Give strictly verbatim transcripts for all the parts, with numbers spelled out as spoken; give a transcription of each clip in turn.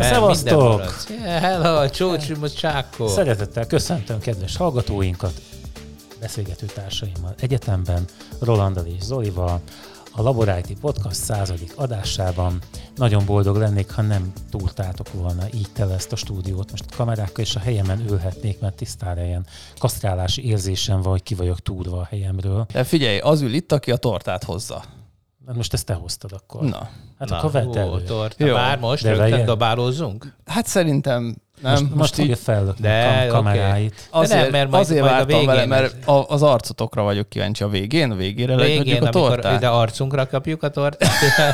Szevasztok! Yeah, hello, csócsi, csákó! Szeretettel köszöntöm kedves hallgatóinkat, beszélgető társaimmal egyetemben, Rolanddal és Zolival, a Labor i té Podcast századik adásában. Nagyon boldog lennék, ha nem túltátok volna így tele ezt a stúdiót. Most a kamerákkal és a helyemen ülhetnék, mert tisztára ilyen kasztrálási érzésem van, hogy ki vagyok túrva a helyemről. De figyelj, az ül itt, aki a tortát hozza. Most ezt te hoztad akkor. Na. Hát Na, akkor vedd elő. Torta. Már most de rögtön vegyen. dobálózzunk? Hát szerintem nem. Most, most, most fogja fellökni a kam- kameráit. Okay. Azért, nem, mert majd- azért majd a vártam végén vele, mert ez- a, az arcotokra vagyok kíváncsi a végén, a végére Végén, legadjuk a amikor tortát. ide arcunkra kapjuk a tortát?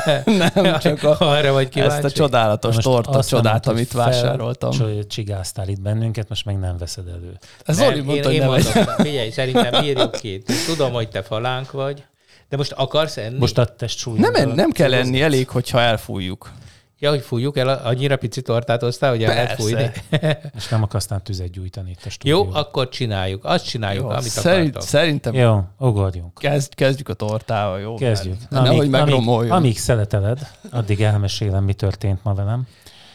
Nem, csak a, arra vagy kíváncsi. ezt a csodálatos Most torta azt nem csodát, mondtad, amit fel- vásároltam. cso- Csigáztál itt bennünket, most meg nem veszed elő. Ez Nem, Zoli mondta, én, hogy én nem mondom, figyelj, szerintem írjuk ki. Tudom, hogy te falánk vagy, de most akarsz enni? Most a test súlyomból. nem, nem kell enni, elég, hogyha elfújjuk. Ja, hogy fújjuk el, annyira pici tortát hoztál, hogy el lehet fújni. Most nem akarsz nem tüzet gyújtani itt a stúdióban. Jó, akkor csináljuk. Azt csináljuk, Jó, amit szerint, akartok. szerintem Jó, ugorjunk. kezd, kezdjük a tortával, jó? Kezdjük. Na, nehogy amíg, megromoljon. amíg szereteled, addig elmesélem, mi történt ma velem.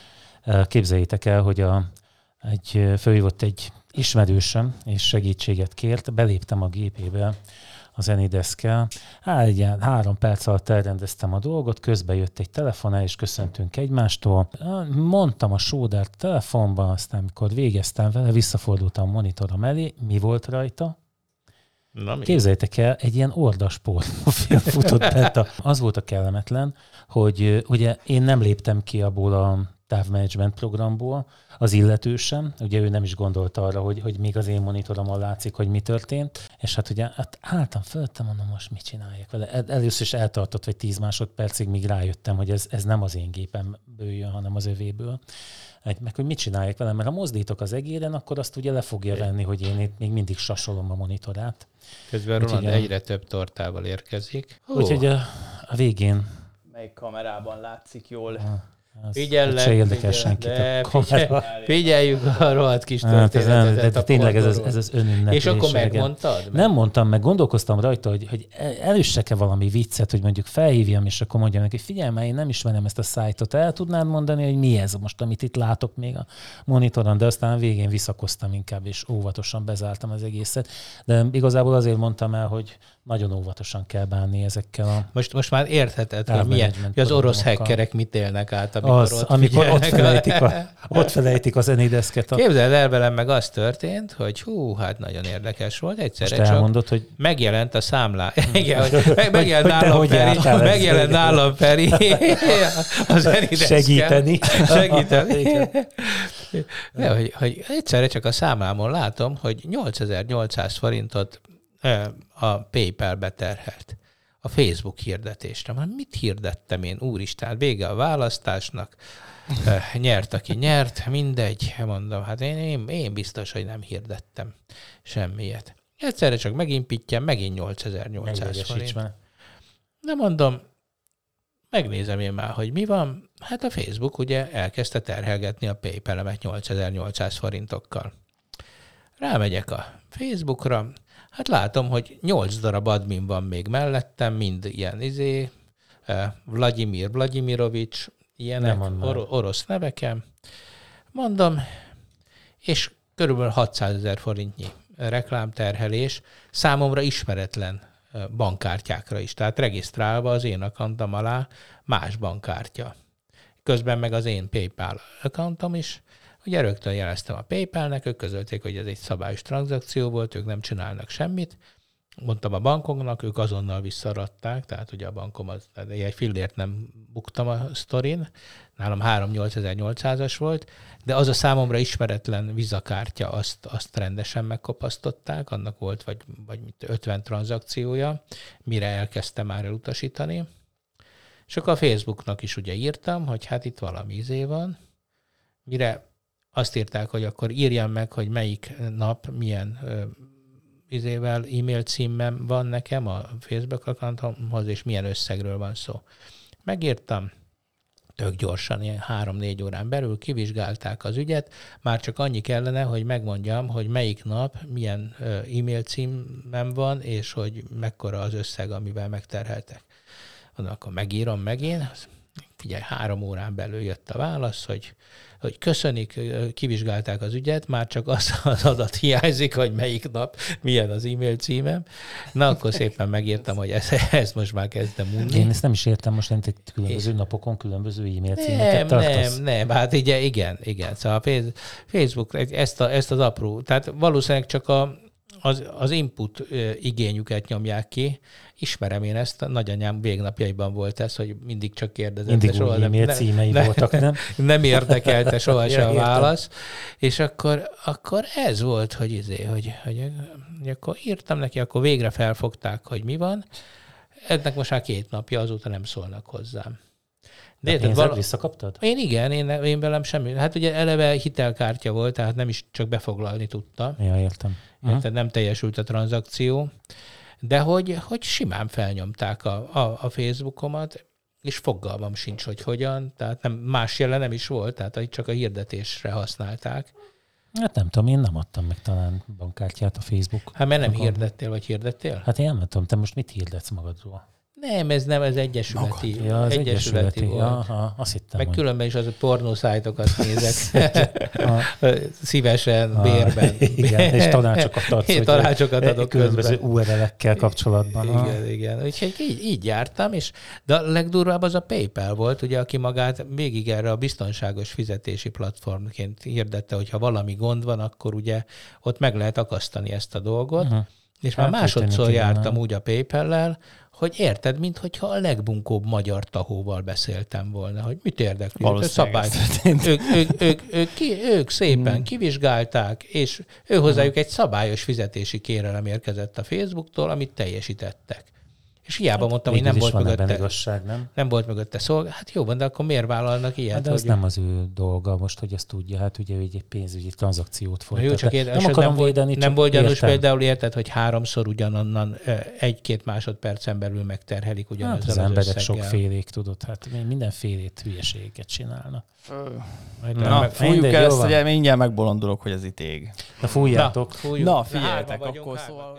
Képzeljétek el, hogy a, egy, fölhívott egy ismerősöm, és segítséget kért. Beléptem a gépébe az Anydesk-kel. Hát egy ilyen három perc alatt elrendeztem a dolgot, közben jött egy telefon, el és köszöntünk egymástól. Mondtam a sódert telefonban, aztán amikor végeztem vele, visszafordultam a monitorom elé. Mi volt rajta? Na, mi? Képzeljétek el, egy ilyen ordasport profil futott bent. A, az volt a kellemetlen, hogy ugye én nem léptem ki abból a távmenedzsment programból, az illető sem, ugye ő nem is gondolta arra, hogy, hogy még az én monitoromon látszik, hogy mi történt, és hát ugye hát álltam fölöttem, mondom, most mit csináljak vele. El, először is eltartott, vagy tíz másodpercig, míg rájöttem, hogy ez, ez nem az én gépemből jön, hanem az övéből. Egy, meg hogy mit csináljak vele, mert ha mozdítok az egéren, akkor azt ugye le fogja venni, hogy én itt még mindig sasolom a monitorát. Közben Roland Úgyhogy a- egyre több tortával érkezik. Úgyhogy a, a végén Melyik kamerában látszik jól? az, Figyellek, se érdekel figyel- senkit de a kamera. figyelj- Figyeljük a rohadt kis Hát ez, nem, történetet. de a tényleg ez az, korról. ez az önünneplés. És akkor reggel. megmondtad? Nem mondtam, meg gondolkoztam rajta, hogy, hogy előssek-e valami viccet, hogy mondjuk felhívjam, és akkor mondjam neki, hogy figyelj már, én nem ismerem ezt a szájtot, el tudnád mondani, hogy mi ez most, amit itt látok még a monitoron, de aztán a végén visszakoztam inkább, és óvatosan bezártam az egészet. De igazából azért mondtam el, hogy nagyon óvatosan kell bánni ezekkel a... Most, most már értheted, hogy, milyen, Távmenedzsment hogy az orosz programokkal. hackerek mit élnek át, amikor Az, ott amikor ott figyelnek. felejtik, a, ott felejtik az Anydesk-et. A... Képzeld el, velem meg az történt, hogy hú, hát nagyon érdekes volt. Egyszerre Most csak elmondod, hogy megjelent a számlá. Igen, hogy meg- megjelent Hogy te nálam hogy Feri. jártál ezzel? Megjelent nálam Feri. Az Anydesk-en. segíteni. Segíteni. Igen. De, hogy, hogy egyszerre csak a számlámon látom, hogy nyolcezer-nyolcszáz forintot ö, a PayPal beterhelt a Facebook hirdetésre. Már mit hirdettem én, úristen, vége a választásnak, ö, nyert, aki nyert, mindegy, mondom, hát én, én, én biztos, hogy nem hirdettem semmilyet. Egyszerre csak megint pittyem, megint nyolcezer-nyolcszáz Megjegyesíts forint. már. Na mondom, megnézem én már, hogy mi van. Hát a Facebook ugye elkezdte terhelgetni a PayPal-emet nyolcezer-nyolcszáz forintokkal. Rámegyek a Facebookra, hát látom, hogy nyolc darab admin van még mellettem, mind ilyen izé, eh, Vladimir Vladimirovics, ilyenek, Nem mondd már. or- orosz neveken. Mondom, és körülbelül hatszázezer forintnyi reklámterhelés, számomra ismeretlen eh, bankkártyákra is. Tehát regisztrálva az én accountom alá más bankkártya. Közben meg az én PayPal accountom is. Ugye rögtön jeleztem a PayPal-nek, ők közölték, hogy ez egy szabályos tranzakció volt, ők nem csinálnak semmit. Mondtam a bankoknak, ők azonnal visszaradták, tehát ugye a bankom az, egy fillért nem buktam a sztorin, nálam három nyolcezer-nyolcszázas volt, de az a számomra ismeretlen vizakártya, azt, azt rendesen megkopasztották, annak volt vagy, vagy ötven tranzakciója, mire elkezdtem már elutasítani. És akkor a Facebooknak is ugye írtam, hogy hát itt valami izé van, mire azt írták, hogy akkor írjam meg, hogy melyik nap milyen ö, izével, e-mail címem van nekem a Facebook accountomhoz, és milyen összegről van szó. Megírtam, tök gyorsan, ilyen három-négy órán belül kivizsgálták az ügyet, már csak annyi kellene, hogy megmondjam, hogy melyik nap milyen ö, e-mail címem van, és hogy mekkora az összeg, amivel megterheltek. Mondom, akkor megírom megint, figyelj, három órán belül jött a válasz, hogy, hogy köszönik, kivizsgálták az ügyet, már csak az az adat hiányzik, hogy melyik nap, milyen az e-mail címem. Na, akkor szépen megírtam, hogy ezt, ezt most már kezdem unni. Én ezt nem is értem, most nem különböző napokon különböző e-mail címeket Nem, tartasz. nem, nem, hát ugye igen, igen. Szóval a Facebook ezt, a, ezt az apró, tehát valószínűleg csak a, az, az input igényüket nyomják ki. Ismerem én ezt, a nagyanyám végnapjaiban volt ez, hogy mindig csak kérdezett. Mindig új e-mail címei nem, voltak, nem? Nem érdekelte sohasem a Ja, válasz. És akkor, akkor ez volt, hogy, izé, hogy, hogy, hogy akkor írtam neki, akkor végre felfogták, hogy mi van. Ennek most már két napja, azóta nem szólnak hozzám. De pénzed vala... visszakaptad? Én igen, én, én velem semmi. Hát ugye eleve hitelkártya volt, tehát nem is csak befoglalni tudta. Ja, értem. Tehát uh-huh. nem teljesült a tranzakció. De hogy, hogy simán felnyomták a, a, a Facebookomat, és fogalmam sincs, hogy hogyan. Tehát nem, más jele nem is volt, tehát csak a hirdetésre használták. Hát nem tudom, én nem adtam meg talán bankkártyát a Facebook. Hát mert nem hirdettél, vagy hirdettél? Hát én nem tudom, te most mit hirdetsz magadról? Nem, ez nem, ez egyesületi. Ja, az egyesületi, egyesületi volt. Aha, azt hittem, meg hogy... különben is az, hogy pornószájtokat nézek. Szívesen, a, bérben. Igen, és tanácsokat adsz. Én tanácsokat adok különböző közben. u er el-ekkel kapcsolatban. Igen, ha. igen. Úgyhogy így, így jártam, és de a legdurvább az a PayPal volt, ugye, aki magát végig erre a biztonságos fizetési platformként hirdette, hogy ha valami gond van, akkor ugye ott meg lehet akasztani ezt a dolgot. Uh-huh. És már hát, másodszor jártam úgy a PayPal-lel, hogy érted, minthogyha a legbunkóbb magyar tahóval beszéltem volna, hogy mit érdekli. Szabály. Ők, ők, ők, ők, ki, ők szépen hmm. kivizsgálták, és ő hozzájuk egy szabályos fizetési kérelem érkezett a Facebooktól, amit teljesítettek. És hiába hát, mondtam, hogy nem volt, mögötte, igazság, nem? nem volt mögötte szolgál. Hát jó, de akkor miért vállalnak ilyet? Hát de hogy az nem az ő dolga most, hogy ezt tudja. Hát ugye ő egy pénzügyi tranzakciót folytat. Jó, csak érde, nem akarom nem védeni, Nem volt gyanús például, érted, hogy háromszor ugyanonnan egy-két másodpercen belül megterhelik ugyanazzal hát az, az emberek összeggel. sokfélék, tudod, hát mindenfélét hülyeségeket csinálnak. Na, fújjuk el ezt, hogy mindjárt megbolondulok, hogy ez itt ég. Na, fújjátok. Na, fújjuk. Na figyeljetek, akkor szóval...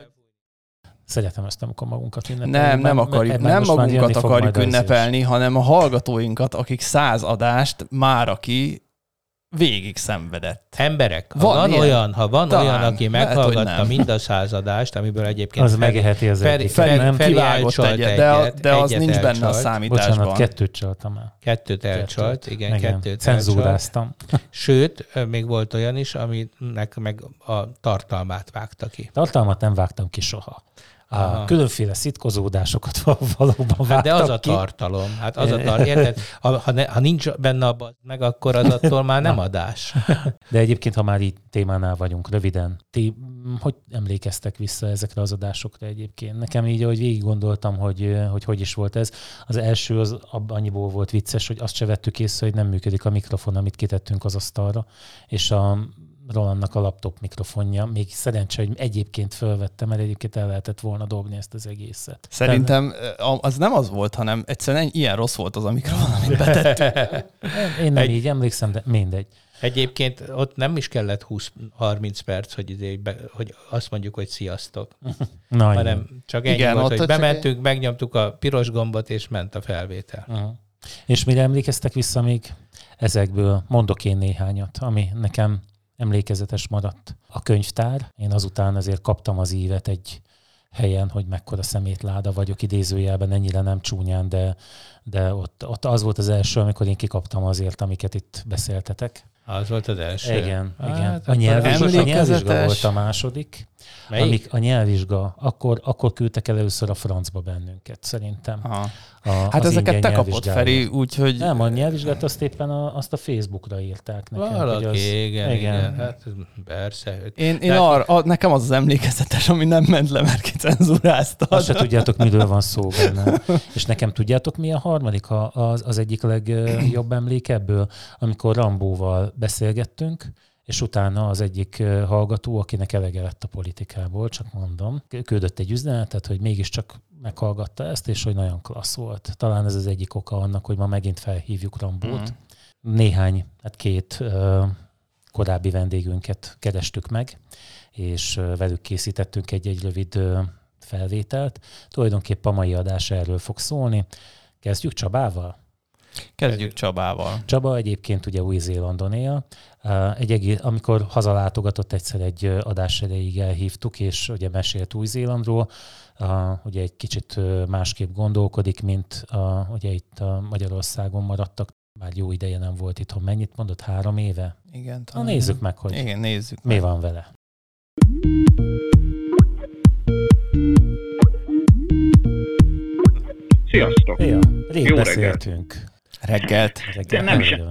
Szeretem ezt, amikor magunkat ünnepelni. Nem, nem akarjuk, nem magunkat akarjuk ünnepelni, hanem a hallgatóinkat, akik száz adást már aki végig szenvedett. Emberek, ha van, van olyan, ha van Talán, olyan, aki meghallgatta mind a századást, amiből egyébként az megeheti az Feri, Feri, nem kivágott egyet, de, a, de az nincs elcsalt. Benne a számításban. Bocsánat, kettőt csaltam el. Kettőt elcsalt, igen, igen, kettőt cenzúráztam. Sőt, még volt olyan is, aminek meg a tartalmát vágta ki. Tartalmat nem vágtam ki soha. A különféle szitkozódásokat valóban vágtak hát de az a ki. tartalom. Hát az a tartalom. Érted? Ha, ha, ne, ha nincs benne abban meg, akkor az attól már nem adás. De egyébként, ha már így témánál vagyunk, röviden, ti hogy emlékeztek vissza ezekre az adásokra egyébként? Nekem így, ahogy végig gondoltam, hogy, hogy hogy is volt ez. Az első az annyiból volt vicces, hogy azt se vettük észre, hogy nem működik a mikrofon, amit kitettünk az asztalra, és a Rolandnak a laptop mikrofonja. Még szerencsé, hogy egyébként fölvettem, mert egyébként el lehetett volna dobni ezt az egészet. Szerintem az nem az volt, hanem egyszerűen ilyen rossz volt az a mikrofon, amit betettünk. Én nem Egy... így emlékszem, de mindegy. Egyébként ott nem is kellett húsz-harminc perc, hogy, hogy azt mondjuk, hogy sziasztok. Na, hanem igen. csak ennyi igen, volt, hogy bementünk, egy... megnyomtuk a piros gombot, és ment a felvétel. Uh-huh. És mire emlékeztek vissza még ezekből? Mondok én néhányat, ami nekem emlékezetes maradt. A könyvtár. Én azután azért kaptam az ívet egy helyen, hogy mekkora szemétláda vagyok idézőjelben, ennyire nem csúnyán, de, de ott, ott az volt az első, amikor én kikaptam azért, amiket itt beszéltetek. Az volt az első? Igen, hát, igen. A nyelvvizsga, a nyelvvizsga volt a második. Amik a nyelvvizsga, akkor, akkor küldtek el először a francba bennünket, szerintem. A, hát ezeket te kapott, Feri, úgyhogy... Nem, a nyelvvizsgát azt éppen a, azt a Facebookra írták nekem. Valaki, az, igen, igen, igen. Hát persze. Én, én arra, a, nekem az az emlékezetes, ami nem ment le, mert kicenzuráztad. Azt se tudjátok, miről van szó benne. És nekem tudjátok, mi a harmadik, az, az egyik legjobb emlék ebből, amikor Rambóval beszélgettünk, és utána az egyik hallgató, akinek elege lett a politikából, csak mondom, küldött egy üzenetet, hogy mégiscsak meghallgatta ezt, és hogy nagyon klassz volt. Talán ez az egyik oka annak, hogy ma megint felhívjuk Rambót. Mm. Néhány, hát két uh, korábbi vendégünket kerestük meg, és uh, velük készítettünk egy-egy rövid uh, felvételt. Tulajdonképpen a mai adás erről fog szólni. Kezdjük Csabával? Kezdjük Csabával. Csaba egyébként ugye Új-Zélandon él. Egy egész, amikor hazalátogatott, egyszer egy adás erejéig elhívtuk, és ugye mesélt Új-Zélandról. Ugye egy kicsit másképp gondolkodik, mint a, ugye itt a Magyarországon maradtak. Már jó ideje nem volt itthon. Mennyit mondott? Három éve? Igen. Na, nézzük meg, hogy igen, nézzük mi meg. van vele. Sziasztok! Ja, rég Jó beszéltünk. Reggelt. Reggelt. Nem is,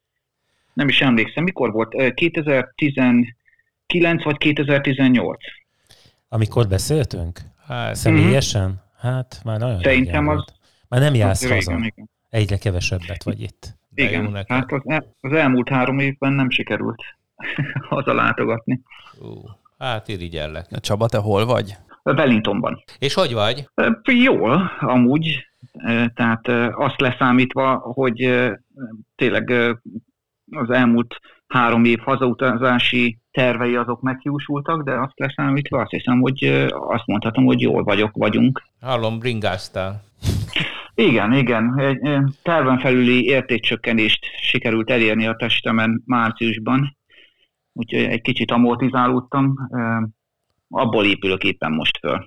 nem is emlékszem, mikor volt? kétezer-tizenkilenc vagy kétezer-tizennyolc? Amikor beszéltünk? Hát, Személyesen? Hát már nagyon Szerintem az... volt. Már nem jársz régen, haza. igen. Egyre kevesebbet vagy itt. Igen, hát az, el, az elmúlt három évben nem sikerült hazalátogatni. Ú, hát irigyellek. Csaba, te hol vagy? Wellingtonban. És hogy vagy? Jól, amúgy. Tehát azt leszámítva, hogy tényleg az elmúlt három év hazautazási tervei azok megjósultak, de azt leszámítva azt hiszem, hogy azt mondhatom, hogy jól vagyok, vagyunk. Hallom, bringáztál. Igen, igen. Egy terven felüli értékcsökkenést sikerült elérni a testemen márciusban, úgyhogy egy kicsit amortizálódtam. Abból épülök éppen most föl.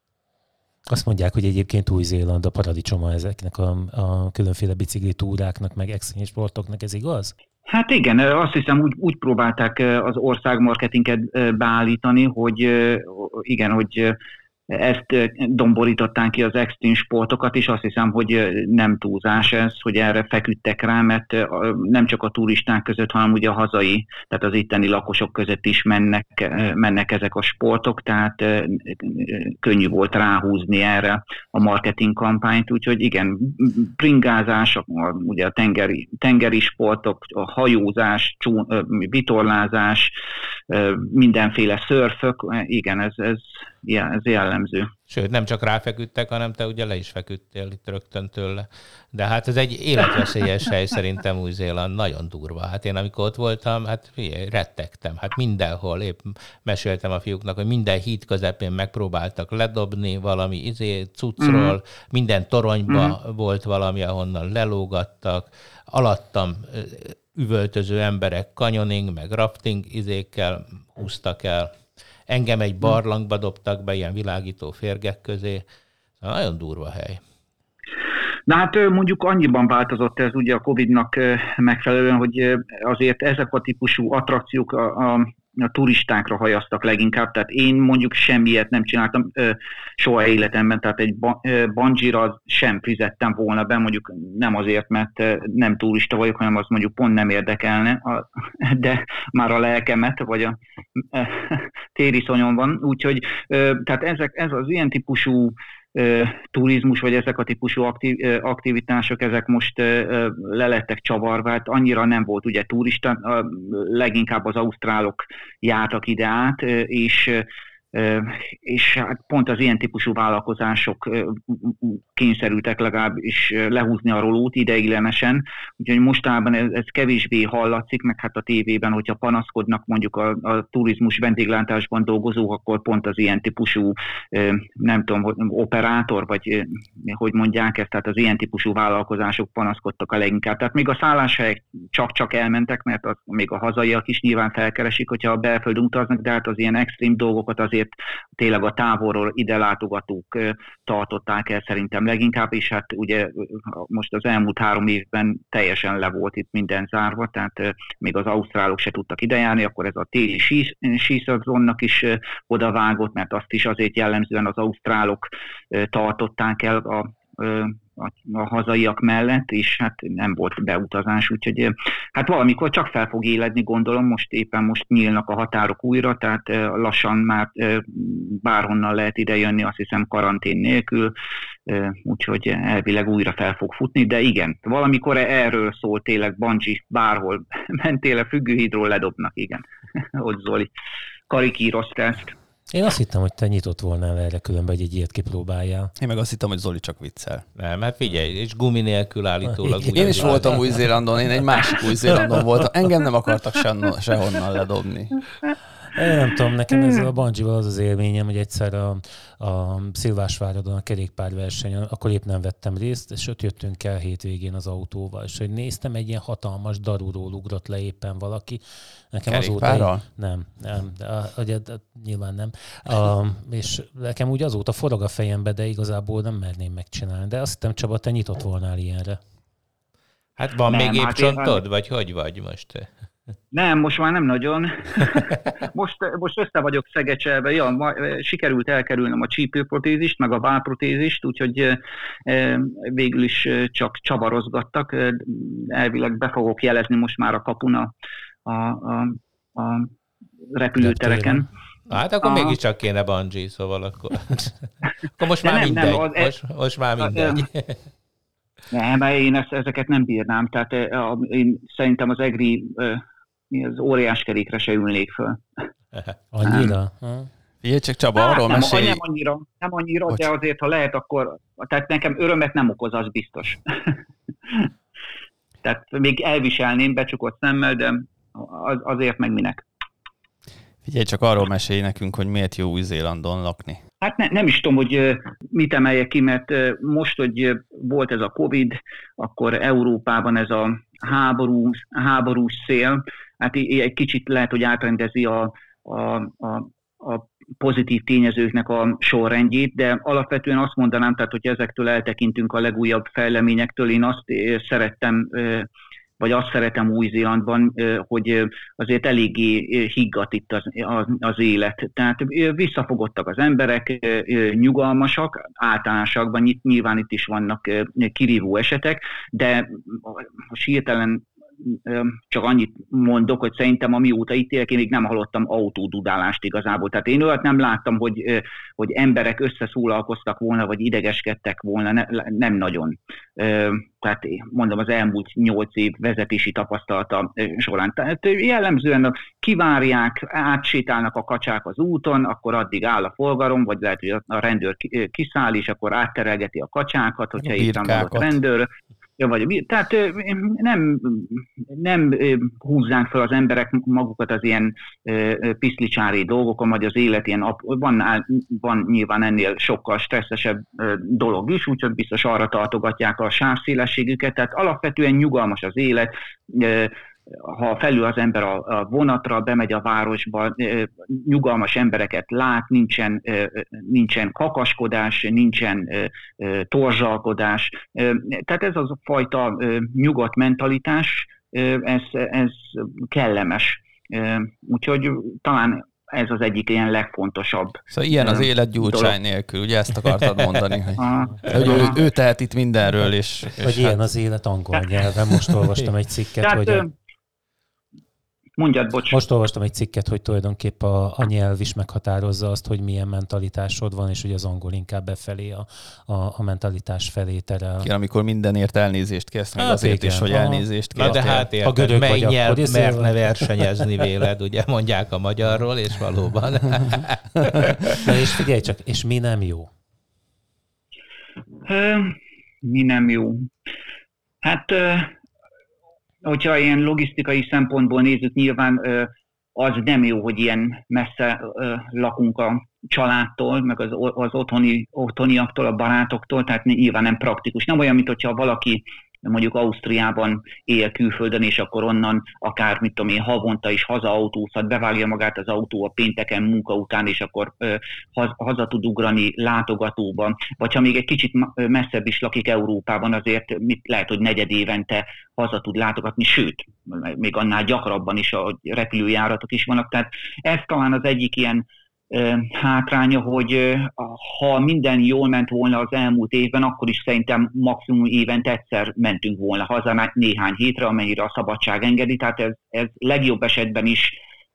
Azt mondják, hogy egyébként Új-Zéland a paradicsoma ezeknek a, a különféle bicikli túráknak, meg extrém sportoknak, ez igaz? Hát igen, azt hiszem úgy, úgy próbálták az országmarketinget beállítani, hogy igen, hogy ezt domborították ki az extrém sportokat, és azt hiszem, hogy nem túlzás ez, hogy erre feküdtek rá, mert nem csak a turisták között, hanem ugye a hazai, tehát az itteni lakosok között is mennek, mennek ezek a sportok, tehát könnyű volt ráhúzni erre a marketing kampányt, úgyhogy igen, bringázás, ugye a tengeri, tengeri sportok, a hajózás, csún, vitorlázás, mindenféle szörfök, igen, ez, ez, ez jellemző. Sőt, nem csak ráfeküdtek, hanem te ugye le is feküdtél itt rögtön tőle. De hát ez egy életveszélyes hely szerintem Új-Zéland, nagyon durva. Hát én amikor ott voltam, hát figyelj, rettegtem. Hát mindenhol, épp meséltem a fiúknak, hogy minden híd közepén megpróbáltak ledobni valami izé, cuccról, mm-hmm. minden toronyba mm-hmm. volt valami, ahonnan lelógattak, alattam üvöltöző emberek canyoning, meg rafting izékkel húztak el. Engem egy barlangba dobtak be, ilyen világító férgek közé. Nagyon durva hely. Na hát mondjuk annyiban változott ez ugye a Covidnak megfelelően, hogy azért ezek a típusú attrakciók a, a, a turistákra hajaztak leginkább, tehát én mondjuk semmilyet nem csináltam soha életemben, tehát egy bungee-ra sem fizettem volna be, mondjuk nem azért, mert nem turista vagyok, hanem az mondjuk pont nem érdekelne, de már a lelkemet, vagy a tériszonyon van, úgyhogy tehát ezek, ez az ilyen típusú turizmus, vagy ezek a típusú aktiv, aktivitások, ezek most le lettek csavarva, hát annyira nem volt ugye turista, leginkább az ausztrálok jártak ide át, és és hát pont az ilyen típusú vállalkozások kényszerültek legalábbis lehúzni a rolót ideiglenesen, úgyhogy mostában ez, ez kevésbé hallatszik, meg hát a tévében, hogyha panaszkodnak mondjuk a, a turizmus vendéglátásban dolgozók, akkor pont az ilyen típusú, nem tudom, operátor, vagy hogy mondják ezt, tehát az ilyen típusú vállalkozások panaszkodtak a leginkább. Tehát még a szálláshelyek csak-csak elmentek, mert az, még a hazaiak is nyilván felkeresik, hogyha a belföldön utaznak, de hát az ilyen extrém dolgokat azért tényleg a távolról ide látogatók tartották el szerintem leginkább, és hát ugye most az elmúlt három évben teljesen le volt itt minden zárva, tehát még az ausztrálok se tudtak idejárni, akkor ez a téli síszezonnak is odavágott, mert azt is azért jellemzően az ausztrálok tartották el a A, a hazaiak mellett, és hát nem volt beutazás, úgyhogy hát valamikor csak fel fog éledni, gondolom, most éppen most nyílnak a határok újra, tehát lassan már bárhonnan lehet idejönni, azt hiszem karantén nélkül, úgyhogy elvileg újra fel fog futni, de igen, valamikor erről szól tényleg bungee, bárhol mentél a függőhídról, ledobnak, igen. Ott Zoli karikírozta ezt. Én azt hittem, hogy te nyitott volnál erre különben, hogy egy ilyet kipróbáljál. Én meg azt hittem, hogy Zoli csak viccel. Nem, hát figyelj, és gumi nélkül állítólag. Én is voltam Új-Zélandon, én egy másik Új-Zélandon voltam. Engem nem akartak sehonnan ledobni. Én nem tudom, nekem ezzel a Bungee-val az az élményem, hogy egyszer a, a Szilvásváradon a kerékpárversenyen, akkor épp nem vettem részt, és ott jöttünk el hétvégén az autóval, és hogy néztem, egy ilyen hatalmas darúról ugrott le éppen valaki. Nekem azóta így, nem, nem, de, de, de, nyilván nem. A, és nekem úgy azóta forog a fejembe, de igazából nem merném megcsinálni. De azt hittem, Csaba, te nyitott volnál ilyenre. Hát van nem, még épp csontod, vagy hogy vagy most? Nem, most már nem nagyon. Most, most össze vagyok szegecselve. Ja, ma, sikerült elkerülnöm a csípőprotézist, meg a vállprotézist, úgyhogy e, végül is csak csavarozgattak. Elvileg be fogok jelezni most már a kapun a, a, a, a repülőtereken. Hát akkor Aha. mégiscsak kéne bungee, szóval akkor, akkor most már nem, mindegy. Nem, az, most, most már mindegy. Nem, én ezt, ezeket nem bírnám. Tehát én szerintem az egri az óriás kerékre se ülnék föl. Annyira? Figyelj csak, Csaba, arról nem, mesélj. Nem annyira, nem annyira de azért, ha lehet, akkor... Tehát nekem örömet nem okoz, az biztos. Tehát még elviselném becsukott szemmel, de az, azért meg minek. Figyelj csak, arról mesélj nekünk, hogy miért jó Új-Zélandon lakni. Hát ne, nem is tudom, hogy mit emeljek ki, mert most, hogy volt ez a Covid, akkor Európában ez a háború, háborús szél, hát egy kicsit lehet, hogy átrendezi a, a, a, a pozitív tényezőknek a sorrendjét, de alapvetően azt mondanám, tehát, hogy ezektől eltekintünk a legújabb fejleményektől, én azt szerettem, vagy azt szeretem Új-Zélandban, hogy azért eléggé higgadt itt az, az, az élet. Tehát visszafogottak az emberek, nyugalmasak, általánosakban nyilván itt is vannak kirívó esetek, de most hirtelen csak annyit mondok, hogy szerintem amióta itt élek, én még nem hallottam autódudálást igazából. Tehát én olyat nem láttam, hogy, hogy emberek összeszólalkoztak volna, vagy idegeskedtek volna, ne, nem nagyon. Tehát mondom, az elmúlt nyolc év vezetési tapasztalata során. Tehát jellemzően kivárják, átsétálnak a kacsák az úton, akkor addig áll a forgalom, vagy lehet, hogy a rendőr kiszáll, és akkor átterelgeti a kacsákat, hogyha éppen van a rendőr. Ja, vagy, tehát nem, nem húzzánk fel az emberek magukat az ilyen piszlicsári dolgokon, vagy az élet ilyen, van, van nyilván ennél sokkal stresszesebb dolog is, úgyhogy biztos arra tartogatják a sávszélességüket, tehát alapvetően nyugalmas az élet, ha felül az ember a vonatra, bemegy a városba, nyugalmas embereket lát, nincsen, nincsen kakaskodás, nincsen torzsalkodás. Tehát ez az a fajta nyugodt mentalitás, ez, ez kellemes. Úgyhogy talán ez az egyik ilyen legfontosabb. Szóval ilyen az élet Gyurcsány nélkül, ugye ezt akartad mondani, hogy, hogy ő, ő tehet itt mindenről. És, és vagy hát... ilyen az élet angol nyelven. Most olvastam egy cikket, tehát, hogy... A... Mondjad, bocs. Most olvastam egy cikket, hogy tulajdonképpen a, a nyelv is meghatározza azt, hogy milyen mentalitásod van, és hogy az angol inkább befelé a, a, a mentalitás felé terel. Igen, amikor mindenért elnézést kérsz, meg hát azért igen. is, hogy elnézést kérsz. Na de hát érted, a görög mely nyelv merne versenyezni véled, ugye mondják a magyarról, és valóban. Na és figyelj csak, és mi nem jó? Mi nem jó? Hát... Hogyha ilyen logisztikai szempontból nézzük, nyilván az nem jó, hogy ilyen messze lakunk a családtól, meg az, az otthoni, otthoniaktól, a barátoktól, tehát nyilván nem praktikus. Nem olyan, mint hogyha valaki mondjuk Ausztriában él külföldön, és akkor onnan akár, mit tudom én, havonta is hazaautózhat, bevágja magát az autó a pénteken munka után, és akkor ö, haz, haza tud ugrani látogatóban. Vagy ha még egy kicsit messzebb is lakik Európában, azért mit lehet, hogy negyed évente haza tud látogatni, sőt, még annál gyakrabban is a repülőjáratok is vannak. Tehát ez talán az egyik ilyen hátránya, hogy ha minden jól ment volna az elmúlt évben, akkor is szerintem maximum évente egyszer mentünk volna haza néhány hétre, amennyire a szabadság engedi, tehát ez, ez legjobb esetben is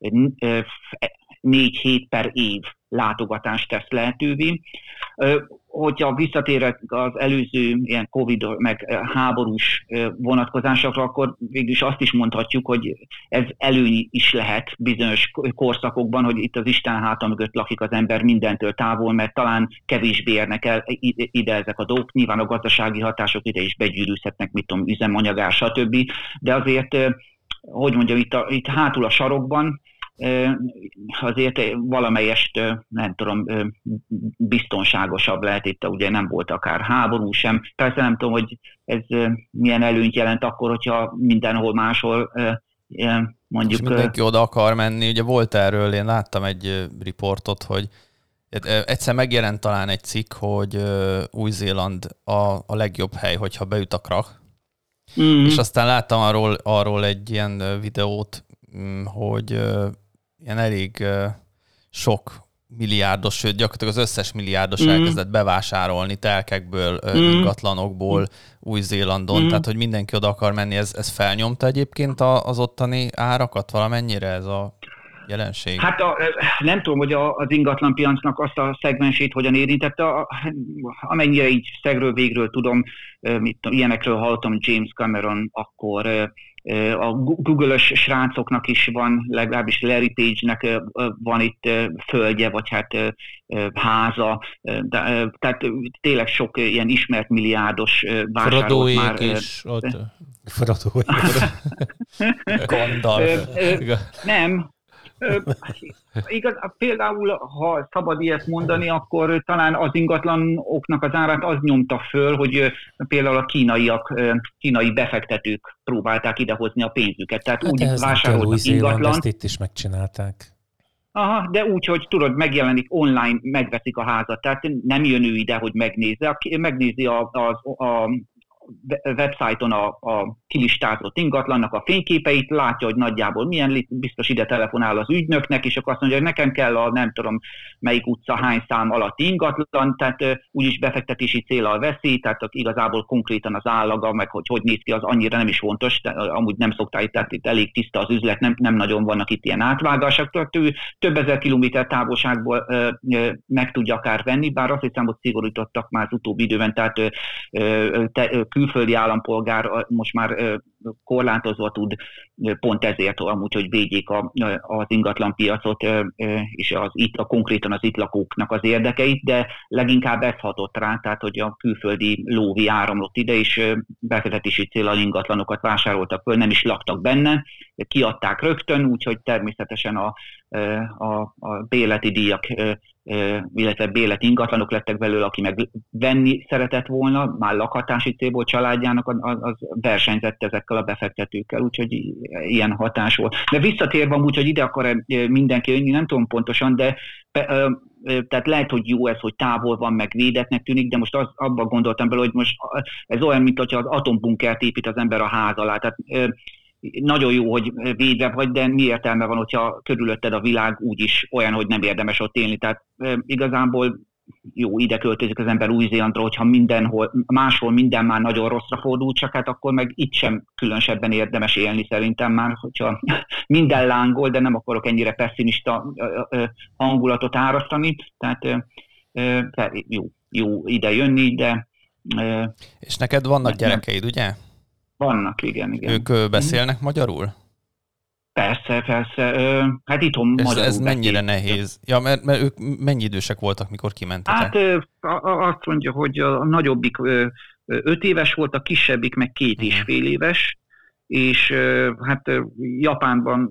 négy hét per év látogatást tesz lehetővé. Hogyha visszatérek az előző ilyen Covid meg háborús vonatkozásokra, akkor végülis azt is mondhatjuk, hogy ez előny is lehet bizonyos korszakokban, hogy itt az Isten háta mögött lakik az ember mindentől távol, mert talán kevésbé érnek el ide ezek a dolgok. Nyilván a gazdasági hatások ide is begyűrűzhetnek, mit tudom, üzemanyagár, stb. De azért, hogy mondjam, itt, a, itt hátul a sarokban, azért valamelyest, nem tudom, biztonságosabb lehet, itt ugye nem volt akár háború sem. Persze nem tudom, hogy ez milyen előnyt jelent akkor, hogyha mindenhol máshol mondjuk... És mindenki oda akar menni. Ugye volt erről, én láttam egy riportot, hogy egyszer megjelent talán egy cikk, hogy Új-Zéland a, a legjobb hely, hogyha beüt a krach. Mm. És aztán láttam arról, arról egy ilyen videót, hogy ilyen elég sok milliárdos, sőt gyakorlatilag az összes milliárdos mm. elkezdett bevásárolni telkekből, mm. ingatlanokból Új-Zélandon, mm. tehát hogy mindenki oda akar menni. Ez, ez felnyomta egyébként az ottani árakat valamennyire ez a jelenség? Hát a, nem tudom, hogy a, az ingatlan piacnak azt a szegmensét hogyan érintette. A, amennyire így szegről végről tudom, mit, ilyenekről hallottam, James Cameron, akkor a Google-ös srácoknak is van, legalábbis Larry Page-nek van itt földje, vagy hát háza. De, tehát tényleg sok ilyen ismert milliárdos vásárolt már. Is ott. Frodóék. Gandalf. Nem. Igaz, például, ha szabad ilyet mondani, akkor talán az ingatlanoknak az árát az nyomta föl, hogy például a kínaiak, kínai befektetők próbálták idehozni a pénzüket. Tehát hát úgy vásároltak ingatlant. Ezt itt is megcsinálták. Aha, de úgy, hogy tudod, megjelenik online, megveszik a házat. Tehát nem jön ő ide, hogy megnézze. Megnézi a, a, a websájton a, a kilistázott ingatlannak a fényképeit, látja, hogy nagyjából milyen, biztos ide telefonál az ügynöknek, és akkor azt mondja, hogy nekem kell a nem tudom melyik utca hány szám alatti ingatlan, tehát uh, úgyis befektetési céllal veszi, tehát igazából konkrétan az állaga, meg hogy hogy néz ki, az annyira nem is fontos, de, uh, amúgy nem szoktál, tehát itt elég tiszta az üzlet, nem, nem nagyon vannak itt ilyen átvágások, tehát ő több ezer kilométer távolságból uh, uh, meg tudja akár venni, bár azt hiszem, hogy szigorítottak már az utóbbi időben, tehát uh, uh, te, uh, külföldi állampolgár most már korlátozva tud, pont ezért amúgy, hogy védjék a, az ingatlanpiacot és az itt, a konkrétan az itt lakóknak az érdekeit, de leginkább ez hatott rá, tehát hogy a külföldi lóvi áramlott ide, és befektetési céllal ingatlanokat vásároltak föl, nem is laktak benne, kiadták rögtön, úgyhogy természetesen a, a, a bérleti díjak, illetve bérleti ingatlanok lettek belőle, aki meg venni szeretett volna, már lakhatási célból családjának, az, az versenyzett ezekkel a befektetőkkel, úgyhogy ilyen hatás volt. De visszatérve amúgy, hogy ide akar mindenki jönni, nem tudom pontosan, de tehát lehet, hogy jó ez, hogy távol van, meg védetnek tűnik, de most az, abban gondoltam bele, hogy most ez olyan, mint hogyha az atombunkert épít az ember a ház alá. Tehát nagyon jó, hogy védve vagy, de mi értelme van, hogyha körülötted a világ úgyis olyan, hogy nem érdemes ott élni. Tehát e, igazából jó, ide költözik az ember Új-Zélandra, hogyha mindenhol, máshol minden már nagyon rosszra fordul, csak hát akkor meg itt sem különösebben érdemes élni szerintem már, hogyha minden lángol, de nem akarok ennyire pessimista hangulatot árasztani. Tehát e, jó, jó ide jönni, de... E, És neked vannak gyerekeid, ugye? Vannak, igen, igen. Ők beszélnek magyarul? Persze, persze. Hát itthon ez, magyarul ez mennyire nehéz? Ja, mert, mert ők mennyi idősek voltak, mikor kimentetek? Hát azt mondja, hogy a nagyobbik öt éves volt, a kisebbik meg két és fél éves, és hát Japánban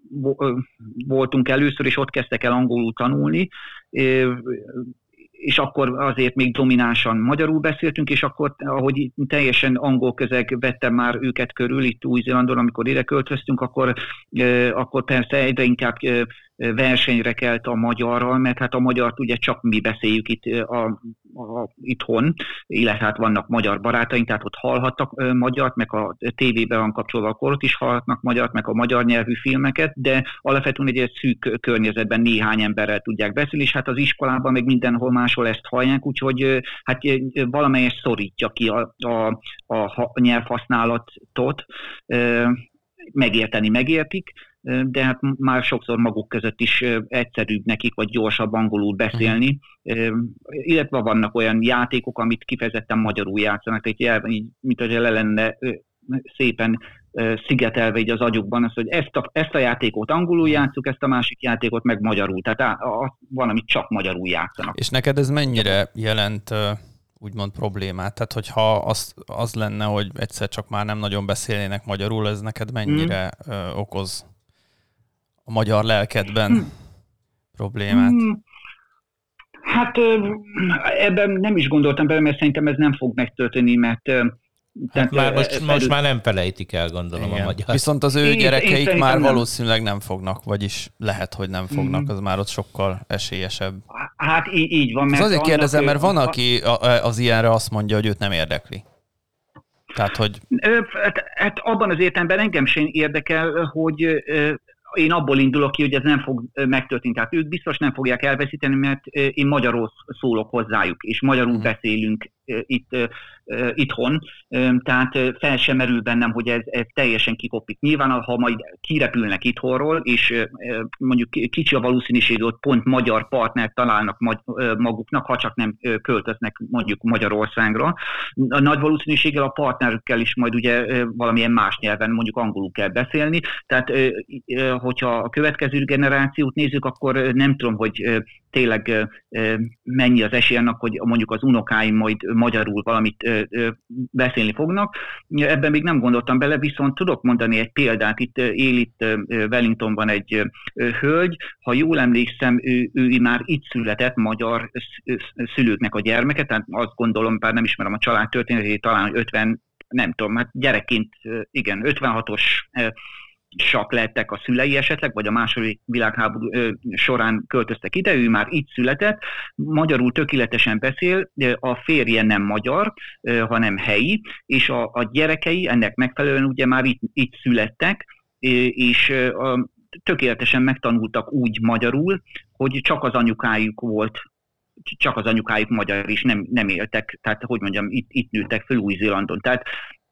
voltunk először, és ott kezdtek el angolul tanulni, és akkor azért még dominánsan magyarul beszéltünk, és akkor, ahogy teljesen angol közeg vettem már őket körül itt Új-Zélandon, amikor ide költöztünk, akkor, akkor persze egyre inkább versenyre kelt a magyarral, mert hát a magyart ugye csak mi beszéljük itt a, a, itthon, illetve hát vannak magyar barátaink, tehát ott hallhattak magyart, meg a tévében van kapcsolva, akkor ott is hallhatnak magyart, meg a magyar nyelvű filmeket, de alapvetően egy, egy szűk környezetben néhány emberrel tudják beszélni, és hát az iskolában meg mindenhol máshol ezt hallják, úgyhogy hát valamelyest szorítja ki a, a, a nyelvhasználatot, megérteni megértik, de hát már sokszor maguk között is egyszerűbb nekik, vagy gyorsabb angolul beszélni, uh-huh. illetve vannak olyan játékok, amit kifejezetten magyarul játszanak, tehát így, mint hogy le lenne szépen szigetelve így az agyukban, az, hogy ezt a, ezt a játékot angolul játszuk, ezt a másik játékot meg magyarul, tehát á, á, van, amit csak magyarul játszanak. És neked ez mennyire jelent úgymond problémát? Tehát, hogyha az, az lenne, hogy egyszer csak már nem nagyon beszélnének magyarul, ez neked mennyire mm. okoz a magyar lelkedben hmm. problémát? Hmm. Hát ebben nem is gondoltam bele, mert szerintem ez nem fog megtörténni, mert Hát tehát már most, felül... most már nem felejtik el, gondolom, igen. A magyar. Viszont az ő én, gyerekeik én már nem. valószínűleg nem fognak, vagyis lehet, hogy nem fognak, mm. az már ott sokkal esélyesebb. Hát így, így van. Mert azért kérdezem, mert van, aki az ilyenre azt mondja, hogy őt nem érdekli. Tehát, hogy... Hát, hát abban az értelemben engem sem érdekel, hogy én abból indulok ki, hogy ez nem fog megtörténni. Tehát ők biztos nem fogják elveszíteni, mert én magyarul szólok hozzájuk, és magyarul mm. beszélünk itt, itthon, tehát fel sem merül bennem, hogy ez, ez teljesen kikopik. Nyilván, ha majd kirepülnek itthonról, és mondjuk kicsi a valószínűség, hogy pont magyar partnert találnak maguknak, ha csak nem költöznek mondjuk Magyarországra. A nagy valószínűséggel a partnerükkel is majd ugye valamilyen más nyelven, mondjuk angolul kell beszélni. Tehát, hogyha a következő generációt nézzük, akkor nem tudom, hogy tényleg mennyi az esély annak, hogy mondjuk az unokáim majd magyarul valamit beszélni fognak. Ebben még nem gondoltam bele, viszont tudok mondani egy példát. Itt él itt Wellingtonban egy hölgy, ha jól emlékszem, ő, ő már itt született magyar szülőknek a gyermeke, tehát azt gondolom, bár nem ismerem a család történetét, talán ötven, nem tudom, hát gyerekként, igen, ötvenhatos sak lettek a szülei esetleg, vagy a második világháború során költöztek ide, ő már itt született, magyarul tökéletesen beszél, a férje nem magyar, hanem helyi, és a, a gyerekei ennek megfelelően ugye már itt, itt születtek, és a, tökéletesen megtanultak úgy magyarul, hogy csak az anyukájuk volt, csak az anyukájuk magyar, és nem, nem éltek, tehát hogy mondjam, itt, itt nőttek föl Új-Zélandon. Tehát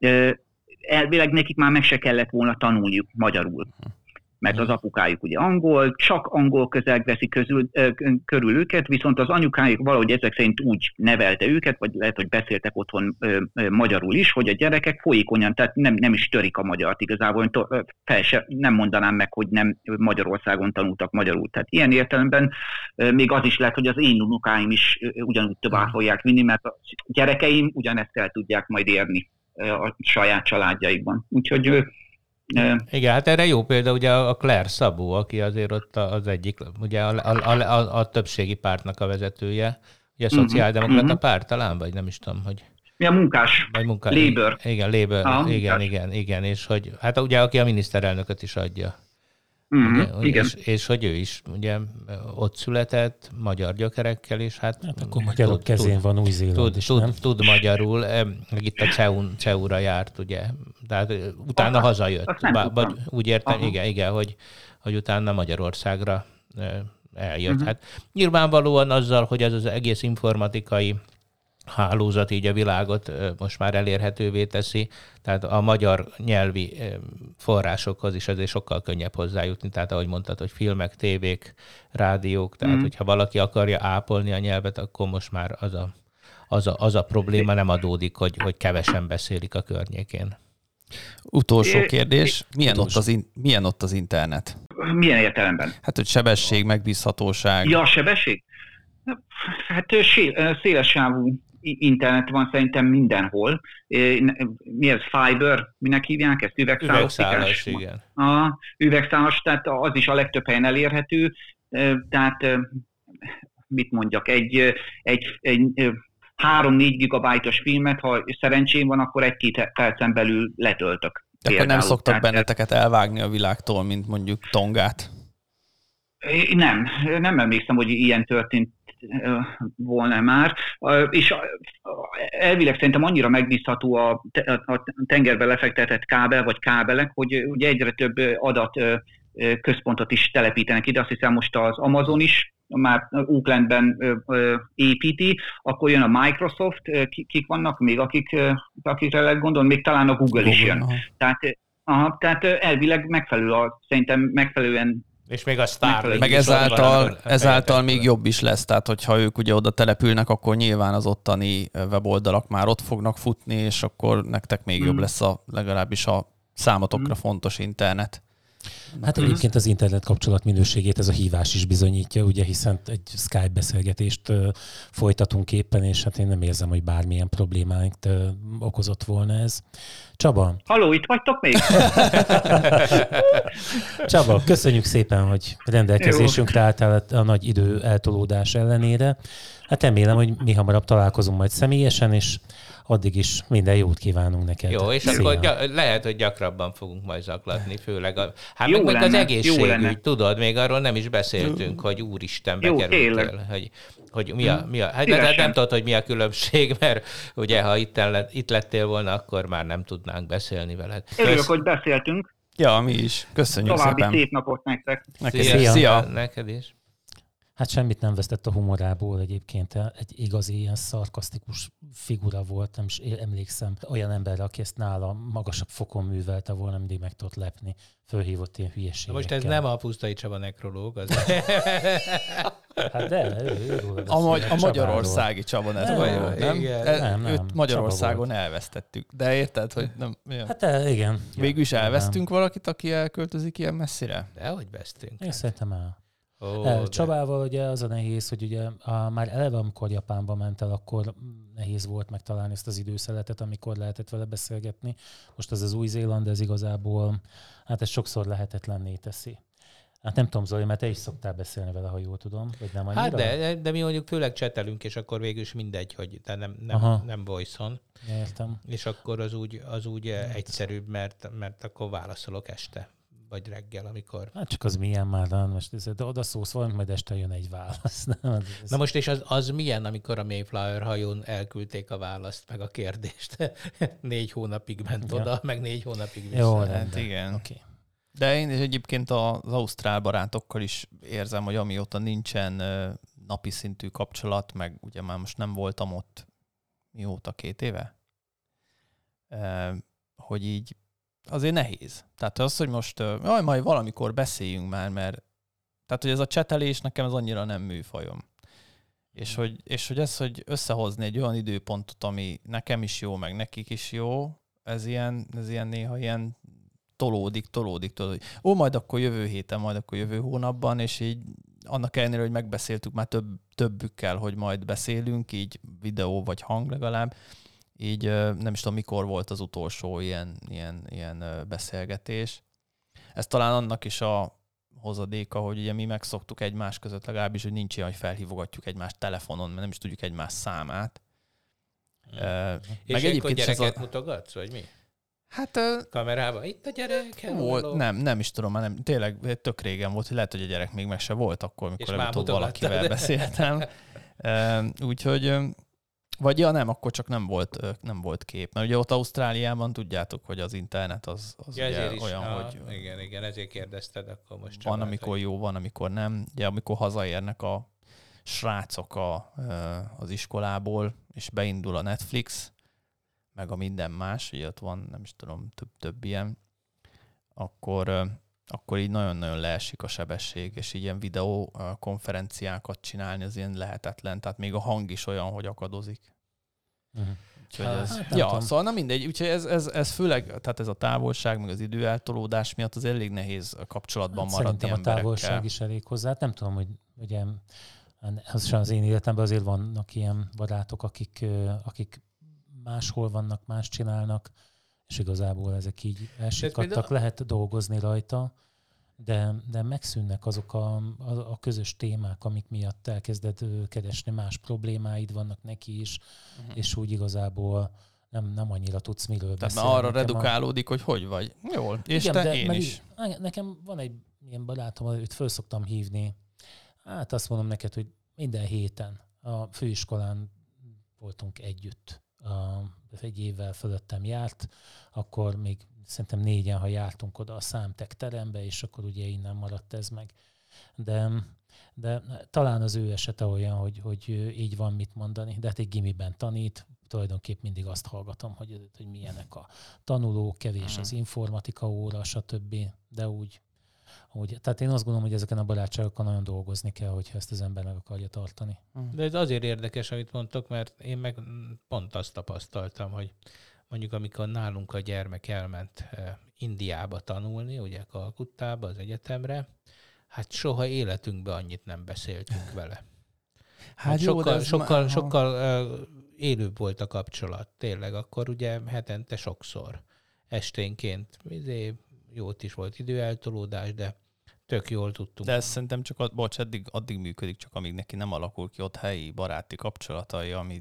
elvileg nekik már meg se kellett volna tanulniuk magyarul. Mert az apukájuk ugye angol, csak angol közeg veszi közül, körül őket, viszont az anyukájuk valahogy ezek szerint úgy nevelte őket, vagy lehet, hogy beszéltek otthon ö, ö, magyarul is, hogy a gyerekek folyékonyan, tehát nem, nem is törik a magyart igazából, fel se, nem mondanám meg, hogy nem Magyarországon tanultak magyarul. Tehát ilyen értelemben ö, még az is lehet, hogy az én unokáim is ö, ugyanúgy tovább fogják vinni, mert a gyerekeim ugyanezt el tudják majd érni a saját családjaikban. Úgyhogy... Igen, hát erre jó példa ugye a Claire Szabó, aki azért ott az egyik, ugye a, a, a, a többségi pártnak a vezetője, ugye a szociáldemokrata uh-huh. párt talán, vagy nem is tudom, hogy... Mi a munkás? Vagy munkás. Labour. Igen, Labour, ah, igen, munkás. igen, igen, és hogy, hát ugye aki a miniszterelnököt is adja. Uh-huh, ugye, és, és hogy ő is ugye ott született, magyar gyökerekkel, és hát... Hát akkor magyarok kezén tud, van Új-Zéland tud, is, tud, nem? Tud magyarul, meg itt a cé e u-ra járt, ugye, tehát utána ah, hazajött. Bá, vagy úgy értem, igen, igen, hogy, hogy utána Magyarországra eljött. Uh-huh. Hát nyilvánvalóan azzal, hogy ez az egész informatikai hálózat így a világot most már elérhetővé teszi, tehát a magyar nyelvi forrásokhoz is azért sokkal könnyebb hozzájutni, tehát ahogy mondtad, hogy filmek, tévék, rádiók, tehát mm. hogyha valaki akarja ápolni a nyelvet, akkor most már az a, az a, az a probléma nem adódik, hogy, hogy kevesen beszélik a környékén. Utolsó kérdés, milyen ott, az in, milyen ott az internet? Milyen értelemben? Hát, hogy sebesség, megbízhatóság. Ja, sebesség? Hát szélessávú internet van szerintem mindenhol. Mi ez? Fiber? Minek hívják ezt? Üvegszálas? Üvegszálas, igen. A üvegszálas, tehát az is a legtöbb helyen elérhető. Tehát mit mondjak, egy, egy, egy három-négy gigabájtos filmet, ha szerencsém van, akkor egy-két percen belül letöltök. De akkor nem szoktak tehát, benneteket elvágni a világtól, mint mondjuk Tongát? Nem, nem emlékszem, hogy ilyen történt volna már, és elvileg szerintem annyira megbízható a tengerbe lefektetett kábel, vagy kábelek, hogy ugye egyre több adat központot is telepítenek ide, azt hiszem most az Amazon is már Oaklandben építi, akkor jön a Microsoft, kik vannak még, akik, akikre lehet gondolni, még talán a Google, Google is jön. Aha. Tehát, aha, tehát elvileg megfelelő, a, szerintem megfelelően. És még a Starlink. Meg ezáltal, ezáltal még jobb is lesz, tehát hogyha ők ugye oda települnek, akkor nyilván az ottani weboldalak már ott fognak futni, és akkor nektek még hmm. jobb lesz a legalábbis a számotokra hmm. fontos internet. Hát egyébként az internet kapcsolat minőségét ez a hívás is bizonyítja, ugye, hiszen egy Skype beszélgetést uh, folytatunk éppen, és hát én nem érzem, hogy bármilyen problémányt uh, okozott volna ez. Csaba. Halló, itt vagytok még? Csaba, köszönjük szépen, hogy rendelkezésünkre álltál a nagy idő eltolódás ellenére. Hát remélem, hogy mi hamarabb találkozunk majd személyesen, és addig is minden jót kívánunk neked. Jó, és Szia. akkor gy- lehet, hogy gyakrabban fogunk majd zaklatni, főleg a... Hát Jó meg, meg lenne, az jó egészségügy, lenne. tudod, még arról nem is beszéltünk, hogy úristen, Jó, bekerültél, tényleg. hogy, hogy mi a... Mi a hát Szívesen. de nem tudod, hogy mi a különbség, mert ugye, ha itt, lett, itt lettél volna, akkor már nem tudnánk beszélni veled. Örülök, hogy beszéltünk. Ja, mi is. Köszönjük További szépen. szép napot nektek. Neked Szia. is. Szia. Neked is. Hát semmit nem vesztett a humorából egyébként. Egy igazi ilyen szarkasztikus figura volt, nem is emlékszem. Olyan emberre, aki ezt nála magasabb fokon művelte volna, mindig meg tudott lepni. Fölhívott ilyen hülyeségekkel. Most ez nem a Pusztai Csaba nekrológ, az... Hát de, ő, ő róla A, magy- a Csabáról. magyarországi Csaba Nem, Csaba, nem? igen. E- Nem, nem, Őt Magyarországon Csaba elvesztettük. De érted, hogy nem... Ja. Hát de, igen. Végül is Ja, elvesztünk valakit, aki elköltözik ilyen messzire? Dehogy vesztünk. Én szerintem el. Ó, El, de- Csabával ugye az a nehéz, hogy ugye a, már eleve amikor Japánba ment el, akkor nehéz volt megtalálni ezt az időszeletet, amikor lehetett vele beszélgetni. Most az az Új-Zéland, ez igazából, hát ez sokszor lehetetlenné teszi. Hát nem tudom, Zoli, mert te is szoktál beszélni vele, ha jól tudom, vagy nem annyira? Hát de, de mi mondjuk főleg csetelünk, és akkor végül is mindegy, hogy de nem, nem, Aha. nem voice-on, Értem. és akkor az úgy, az úgy egyszerűbb, mert, mert akkor válaszolok este, vagy reggel, amikor... Hát csak az milyen már, de most ez, de oda szólsz valamit, majd este jön egy válasz. Nem, ez, Na most és az, az milyen, amikor a Mayflower hajón elküldték a választ, meg a kérdést? négy hónapig ment Ja. oda, meg négy hónapig vissza. Jó, Hát rendben. igen. Oké. De én is egyébként az ausztrál barátokkal is érzem, hogy amióta nincsen ö, napi szintű kapcsolat, meg ugye már most nem voltam ott mióta, két éve, Ö, hogy így azért nehéz. Tehát az, hogy most ö, jaj, majd valamikor beszéljünk már, mert tehát, hogy ez a csetelés nekem ez annyira nem műfajom. És hogy, és hogy ez, hogy összehozni egy olyan időpontot, ami nekem is jó, meg nekik is jó, ez ilyen, ez ilyen néha ilyen tolódik, tolódik, tolódik. Ó, majd akkor jövő héten, majd akkor jövő hónapban, és így annak ellenére, hogy megbeszéltük már több, többükkel, hogy majd beszélünk, így videó vagy hang legalább, így nem is tudom, mikor volt az utolsó ilyen, ilyen, ilyen beszélgetés. Ez talán annak is a hozadéka, hogy ugye mi megszoktuk egymás között legalábbis, hogy nincs ilyen, hogy felhívogatjuk egymást telefonon, mert nem is tudjuk egymás számát. Hmm. Uh, És meg akkor egyébként gyereket a... mutogatsz, vagy mi? Hát uh, Kamerában? Itt a gyerek. volt, nem, nem is tudom, már nem, tényleg tök régen volt, hogy lehet, hogy a gyerek még meg se volt akkor, amikor már legutóbb mutogattad. valakivel beszéltem. uh, úgyhogy, um, vagy ja nem, akkor csak nem volt, uh, nem volt kép. Mert ugye ott Ausztráliában tudjátok, hogy az internet az, az Ja, ugye is, olyan, ah, hogy igen, igen, ezért kérdezted, akkor most van, Csabát, amikor hogy... jó, van, amikor nem. Ugye amikor hazaérnek a srácok a, az iskolából, és beindul a Netflix, meg a minden más, ugye ott van, nem is tudom, több, több ilyen, akkor, akkor így nagyon-nagyon leesik a sebesség, és így ilyen videokonferenciákat csinálni az ilyen lehetetlen, tehát még a hang is olyan, hogy akadozik. Uh-huh. Úgyhogy Hát, ez, nem ja, tudom. szóval na mindegy, úgyhogy ez, ez, ez főleg, tehát ez a távolság, meg az időeltolódás miatt az elég nehéz kapcsolatban Hát maradni szerintem a emberekkel. távolság is elég hozzá. Hát nem tudom, hogy ugye, az sem az én életemben azért vannak ilyen barátok, akik, ö, akik máshol vannak, más csinálnak, és igazából ezek így elsikadtak, például- lehet dolgozni rajta, de, de megszűnnek azok a, a, a közös témák, amik miatt elkezded ö, keresni, más problémáid vannak neki is, Uh-huh. és úgy igazából nem, nem annyira tudsz miről Tehát beszélni. már arra Nekem a- redukálódik, hogy hogy vagy. Jól. És igen, te, de én meg is. így- Nekem van egy ilyen barátom, őt föl szoktam hívni. Hát azt mondom neked, hogy minden héten a főiskolán voltunk együtt. A, egy évvel fölöttem járt, akkor még szerintem négyen, ha jártunk oda a Számtek terembe, és akkor ugye innen maradt ez meg. De, de talán az ő esete olyan, hogy, hogy így van mit mondani, de hát egy gimiben tanít, tulajdonképp mindig azt hallgatom, hogy, hogy milyenek a tanulók, kevés az informatika óra, stb. De úgy, úgy, tehát én azt gondolom, hogy ezeken a barátságokkal nagyon dolgozni kell, hogyha ezt az ember meg akarja tartani. De ez azért érdekes, amit mondtok, mert én meg pont azt tapasztaltam, hogy mondjuk amikor nálunk a gyermek elment Indiába tanulni, ugye Kalkuttába, az egyetemre, hát soha életünkben annyit nem beszéltünk vele. Hát, hát jó, sokkal, sokkal, már... sokkal uh, élőbb volt a kapcsolat, tényleg. Akkor ugye hetente sokszor, esténként, jót is volt időeltolódás, de tök jól tudtunk. De ez szerintem csak, bocs, eddig, addig működik, csak amíg neki nem alakul ki ott helyi baráti kapcsolatai, amit,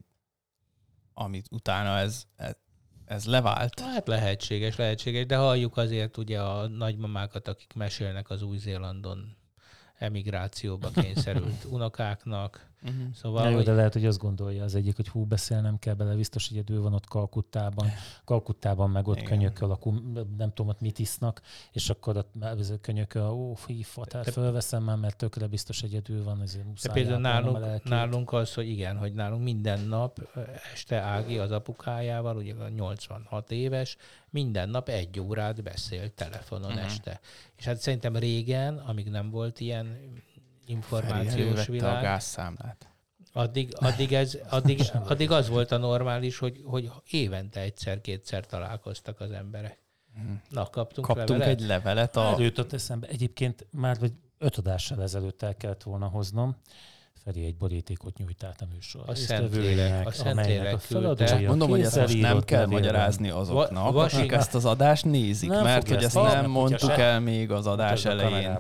amit utána ez, ez, ez levált. Hát lehetséges, lehetséges, de halljuk azért ugye a nagymamákat, akik mesélnek az Új-Zélandon emigrációba kényszerült unokáknak. Uh-huh. Szóval, ja, jó, de lehet, hogy azt gondolja az egyik, hogy hú, beszélnem kell bele, biztos, hogy egyedül van ott Kalkuttában. Kalkuttában meg ott könyököl, akkor nem tudom, ott mit isznak, és akkor ott könyököl, ó, fífa, tehát fölveszem már, mert tökre biztos egyedül van. De például nálunk, nálunk az, hogy igen, hogy nálunk minden nap este Ági az apukájával, ugye nyolcvanhat éves, minden nap egy órát beszél telefonon uh-huh. este. És hát szerintem régen, amíg nem volt ilyen információs világ. A gázszámlát. Addig, addig, ez, addig, addig az volt a normális, hogy, hogy évente egyszer-kétszer találkoztak az emberek. Na, kaptunk, kaptunk levelet? egy levelet. A... Előtt eszembe. Egyébként már vagy öt adással ezelőtt el kellett volna hoznom. Feri egy borítékot nyújt át a műsor. A Szentlélek, a Szentlélek küldte. Mondom, hogy ezt most nem kell magyarázni azoknak, Va- akik ezt az adást nézik, nem mert hogy ezt nem mondtuk el még az adás elején.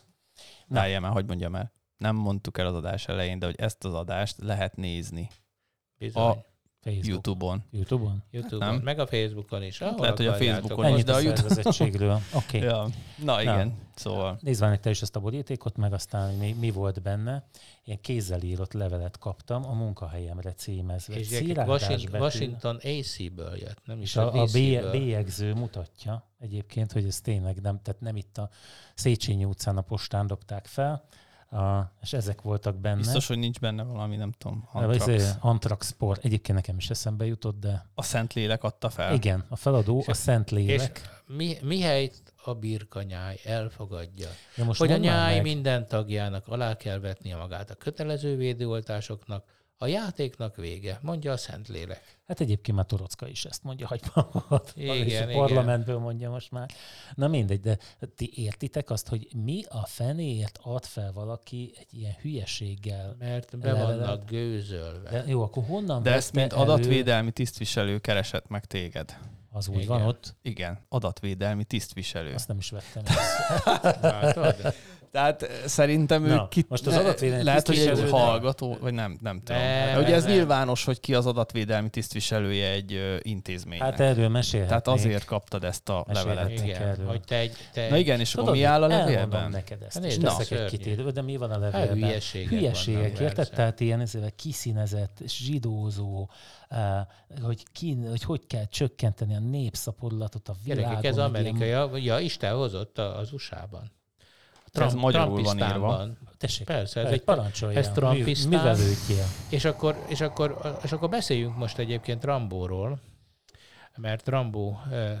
Várjál már, hogy mondjam el. Nem mondtuk el az adás elején, de hogy ezt az adást lehet nézni. Bizony. A Facebook. YouTube-on. YouTube-on? YouTube-on, nem? Meg a Facebookon is. Lehet, hogy a Facebookon is, de a YouTube-on. Oké. Ja. Na igen, Na. szóval. Nézd meg te is ezt a borítékot, meg aztán mi, mi volt benne. Ilyen kézzel írott levelet kaptam a munkahelyemre címezve. És Washington, Washington á cé-ből jött, nem is a, a bélyegző mutatja egyébként, hogy ez tényleg nem, tehát nem itt a Széchenyi utcán a postán dobták fel, A, és ezek voltak benne. Biztos, hogy nincs benne valami, nem tudom, Antrax. Antrax Sport. Egyébként nekem is eszembe jutott, de... A Szentlélek adta fel? Igen, a feladó és a Szentlélek. És mi, mihelyt a birkanyáj elfogadja, ja, most hogy a nyáj meg... minden tagjának alá kell vetnie magát a kötelező védőoltásoknak, a játéknak vége, mondja a Szentlélek. Hát egyébként már Torocka is ezt mondja, hogy magad. Igen, a parlamentből igen. mondja most már. Na mindegy, de ti értitek azt, hogy mi a fenéért ad fel valaki egy ilyen hülyeséggel? Mert be levelet. vannak gőzölve. De jó, akkor honnan De ezt mint elő... adatvédelmi tisztviselő keresett meg téged. Az úgy igen. van ott? Igen, adatvédelmi tisztviselő. Azt nem is vettem. Tehát szerintem ő ki... Most az adatvédelmi lehet, hogy egy hallgató, vagy nem, nem tudom. Ne, ugye ez ne. nyilvános, hogy ki az adatvédelmi tisztviselője egy uh, intézménynek. Hát erről mesélhetnék. Tehát azért kaptad ezt a levelet. Igen, hogy te egy, te Na igen, és akkor mi áll a levélben? Neked ezt. És teszek egy kitérő, de mi van a levélben? Hülyeségek, Hülyeségek, érted? Tehát ilyen ezzel kiszínezett, zsidózó, hogy, ki, hogy hogy kell csökkenteni a népszaporulatot a világon. Gyerekek, ez amerikai, ja, ja, Isten hozott az u es á-ban. Trump, ez magyarul van írva. Tessék, persze, ez egy parancsolja. Ez Trumpisztán. Művelődjél. És akkor, és, akkor, és akkor beszéljünk most egyébként Rambóról, mert Rambó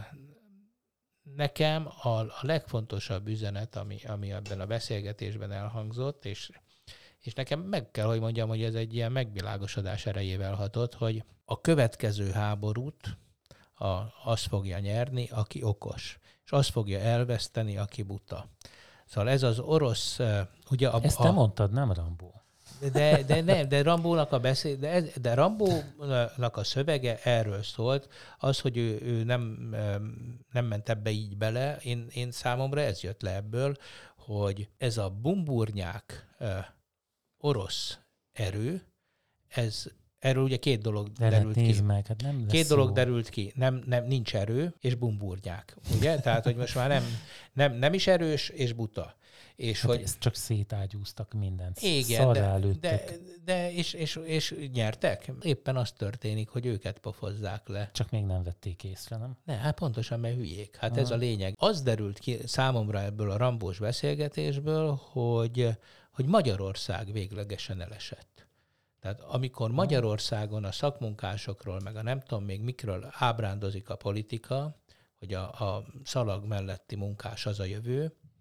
nekem a, a legfontosabb üzenet, ami, ami ebben a beszélgetésben elhangzott, és, és nekem meg kell, hogy mondjam, hogy ez egy ilyen megvilágosodás erejével hatott, hogy a következő háborút a, azt fogja nyerni, aki okos, és azt fogja elveszteni, aki buta. Szóval ez az orosz... Ugye a, Ezt te a, mondtad, nem Rambó? De, de nem, de Rambónak a beszél, de, ez, de Rambónak a szövege erről szólt, az, hogy ő, ő nem, nem ment ebbe így bele, én, én számomra ez jött le ebből, hogy ez a bumburnyák orosz erő, ez erről ugye két dolog de derült ki. Meg, hát nem két szó. dolog derült ki. Nem, nem, nincs erő, és bumburnyák. Ugye? Tehát, hogy most már nem, nem, nem is erős, és buta. És hát hogy ezt csak szétágyúztak mindent. Igen, de, de, de és, és, és nyertek. Éppen az történik, hogy őket pofozzák le. Csak még nem vették észre, nem? Ne, hát pontosan, mert hülyék. Hát Aha. ez a lényeg. Az derült ki számomra ebből a rambós beszélgetésből, hogy, hogy Magyarország véglegesen elesett. Tehát amikor Magyarországon a szakmunkásokról, meg a nem tudom még mikről ábrándozik a politika, hogy a, a szalag melletti munkás az a jövő,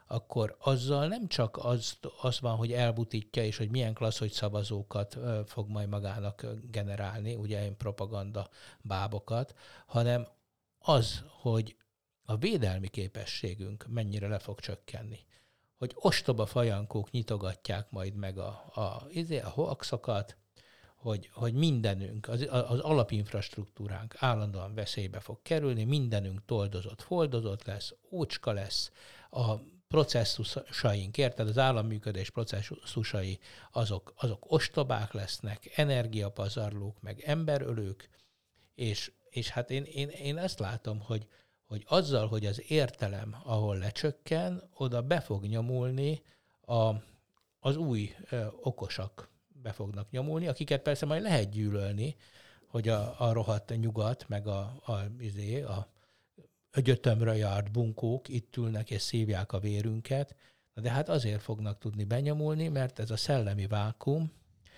akkor azzal nem csak az, az van, hogy elbutítja, és hogy milyen klassz, hogy szavazókat fog majd magának generálni, ugye ilyen propaganda bábokat, hanem az, hogy a védelmi képességünk mennyire le fog csökkenni. Hogy ostoba fajankók nyitogatják majd meg a, a, a hoaxokat, hogy, hogy mindenünk, az, az alapinfrastruktúránk állandóan veszélybe fog kerülni, mindenünk toldozott, foldozott lesz, ócska lesz, a processzusaink, érted? Az államműködés processzusai azok, azok ostobák lesznek, energiapazarlók, meg emberölők, és, és hát én, én, én ezt látom, hogy, hogy azzal, hogy az értelem, ahol lecsökken, oda be fog nyomulni a, az új ö, okosak be fognak nyomulni, akiket persze majd lehet gyűlölni, hogy a, a rohadt nyugat, meg a, a, a, a gyötömre járt bunkók itt ülnek és szívják a vérünket, de hát azért fognak tudni benyomulni, mert ez a szellemi vákum,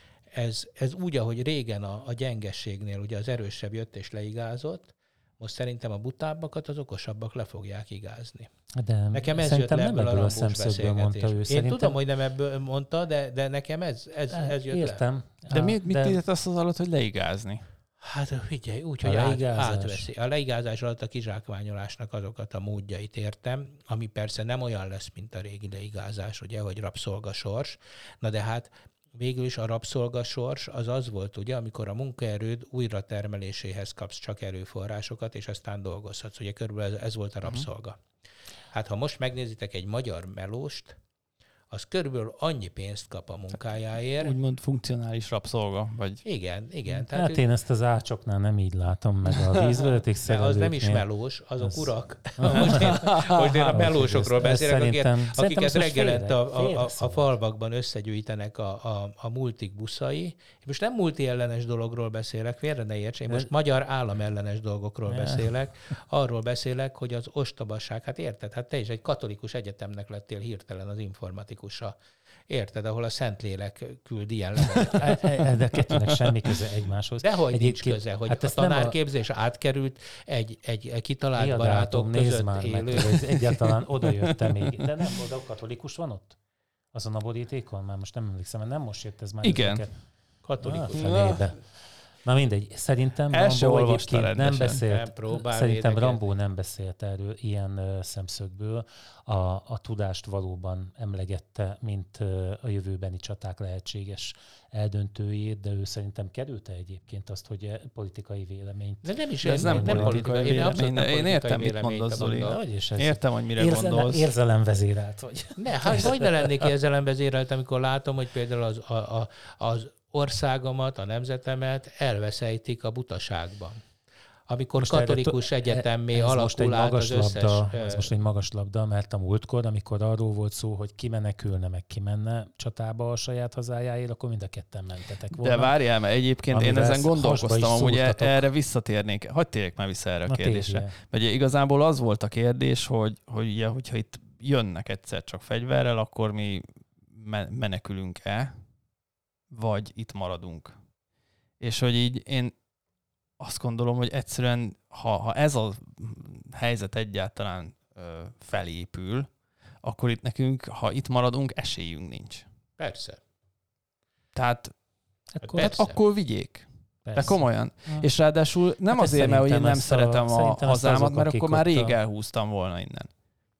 ez, ez úgy, ahogy régen a, a gyengességnél ugye az erősebb jött és leigázott, most szerintem a butábbakat az okosabbak le fogják igázni. De nekem ez jött le ebből a rambós beszélgetés. Én szerintem... tudom, hogy nem ebből mondta, de, de nekem ez, ez, ez jött Értem. le. De mit, mit de... értett azt az alatt, hogy leigázni? Hát figyelj, úgy, hogy át, átveszi. A leigázás alatt a kizsákmányolásnak azokat a módjait értem, ami persze nem olyan lesz, mint a régi leigázás, ugye, hogy rabszolgasors. Na de hát végül is a rabszolgasors az az volt, ugye, amikor a munkaerőd újra termeléséhez kapsz csak erőforrásokat, és aztán dolgozhatsz. Ugye körülbelül ez, ez volt a rabszolga. Hát ha most megnézitek egy magyar melóst, az körülbelül annyi pénzt kap a munkájáért. Úgymond funkcionális rabszolga, vagy... Igen, igen. Tehát hát ő... én ezt az ácsoknál nem így látom, meg a vízvezetékszerelőknél. Az nem is melós, azok az... urak. Most én, most én a melósokról beszélek, akiket, akiket reggelente a, a, a, a falvakban összegyűjtenek a, a, a multik buszai. Most nem multi ellenes dologról beszélek, félre ne érts, én most De... magyar államellenes dolgokról beszélek. Arról beszélek, hogy az ostobaság, hát érted, hát te is egy katolikus egyetemnek lettél hirtelen az informatikus. Érted, ahol a Szentlélek küld ilyen levelet. De kettőnek semmi köze egymáshoz. Dehogy Egyébként, nincs köze, hogy hát a tanárképzés a... átkerült egy, egy, egy kitalált Mi barátok között már élő. Meg, ez egyáltalán oda jöttem még. De nem, oda katolikus van ott? Azon a borítékon? Már most nem emlékszem, mert nem most jött ez már. Igen. Ezeket. Katolikus. Ah, Na mindegy, szerintem Rambó egyébként nem beszélt, nem szerintem védeket. Rambó nem beszélt erről ilyen uh, szemszögből. A, a tudást valóban emlegette, mint uh, a jövőbeni csaták lehetséges eldöntőjét, de ő szerintem kerülte egyébként azt, hogy politikai véleményt. De nem is ez nem, nem politikai vélemény. Én, én értem, mit mondasz, Zoli. Értem, hogy mire érzelem, gondolsz. Érzelemvezérelt vagy. Ne, hát hogy ne lennék érzelemvezérelt, amikor látom, hogy például az, a, a, az országomat, a nemzetemet elveszejtik a butaságban. Amikor most katolikus erre, egyetemmé alakul át az összes... Labda, ez most egy magas labda, mert a múltkor, amikor arról volt szó, hogy ki menekülne, meg ki menne csatába a saját hazájáért, akkor mind a ketten mentetek volna. De várjál, mert egyébként én ezen gondolkoztam, amúgy erre visszatérnék. Hadd térjek már vissza erre a Na, kérdésre. Térjél. Mert igazából az volt a kérdés, hogy, hogy ugye, hogyha itt jönnek egyszer csak fegyverrel, akkor mi menekülünk-e, vagy itt maradunk. És hogy így én azt gondolom, hogy egyszerűen, ha, ha ez a helyzet egyáltalán ö, felépül, akkor itt nekünk, ha itt maradunk, esélyünk nincs. Persze. Tehát akkor, hát akkor vigyék. Persze. De komolyan. Ha. És ráadásul nem hát azért, mert hogy én nem szeretem a, a hazámat, mert akkor már rég elhúztam volna innen.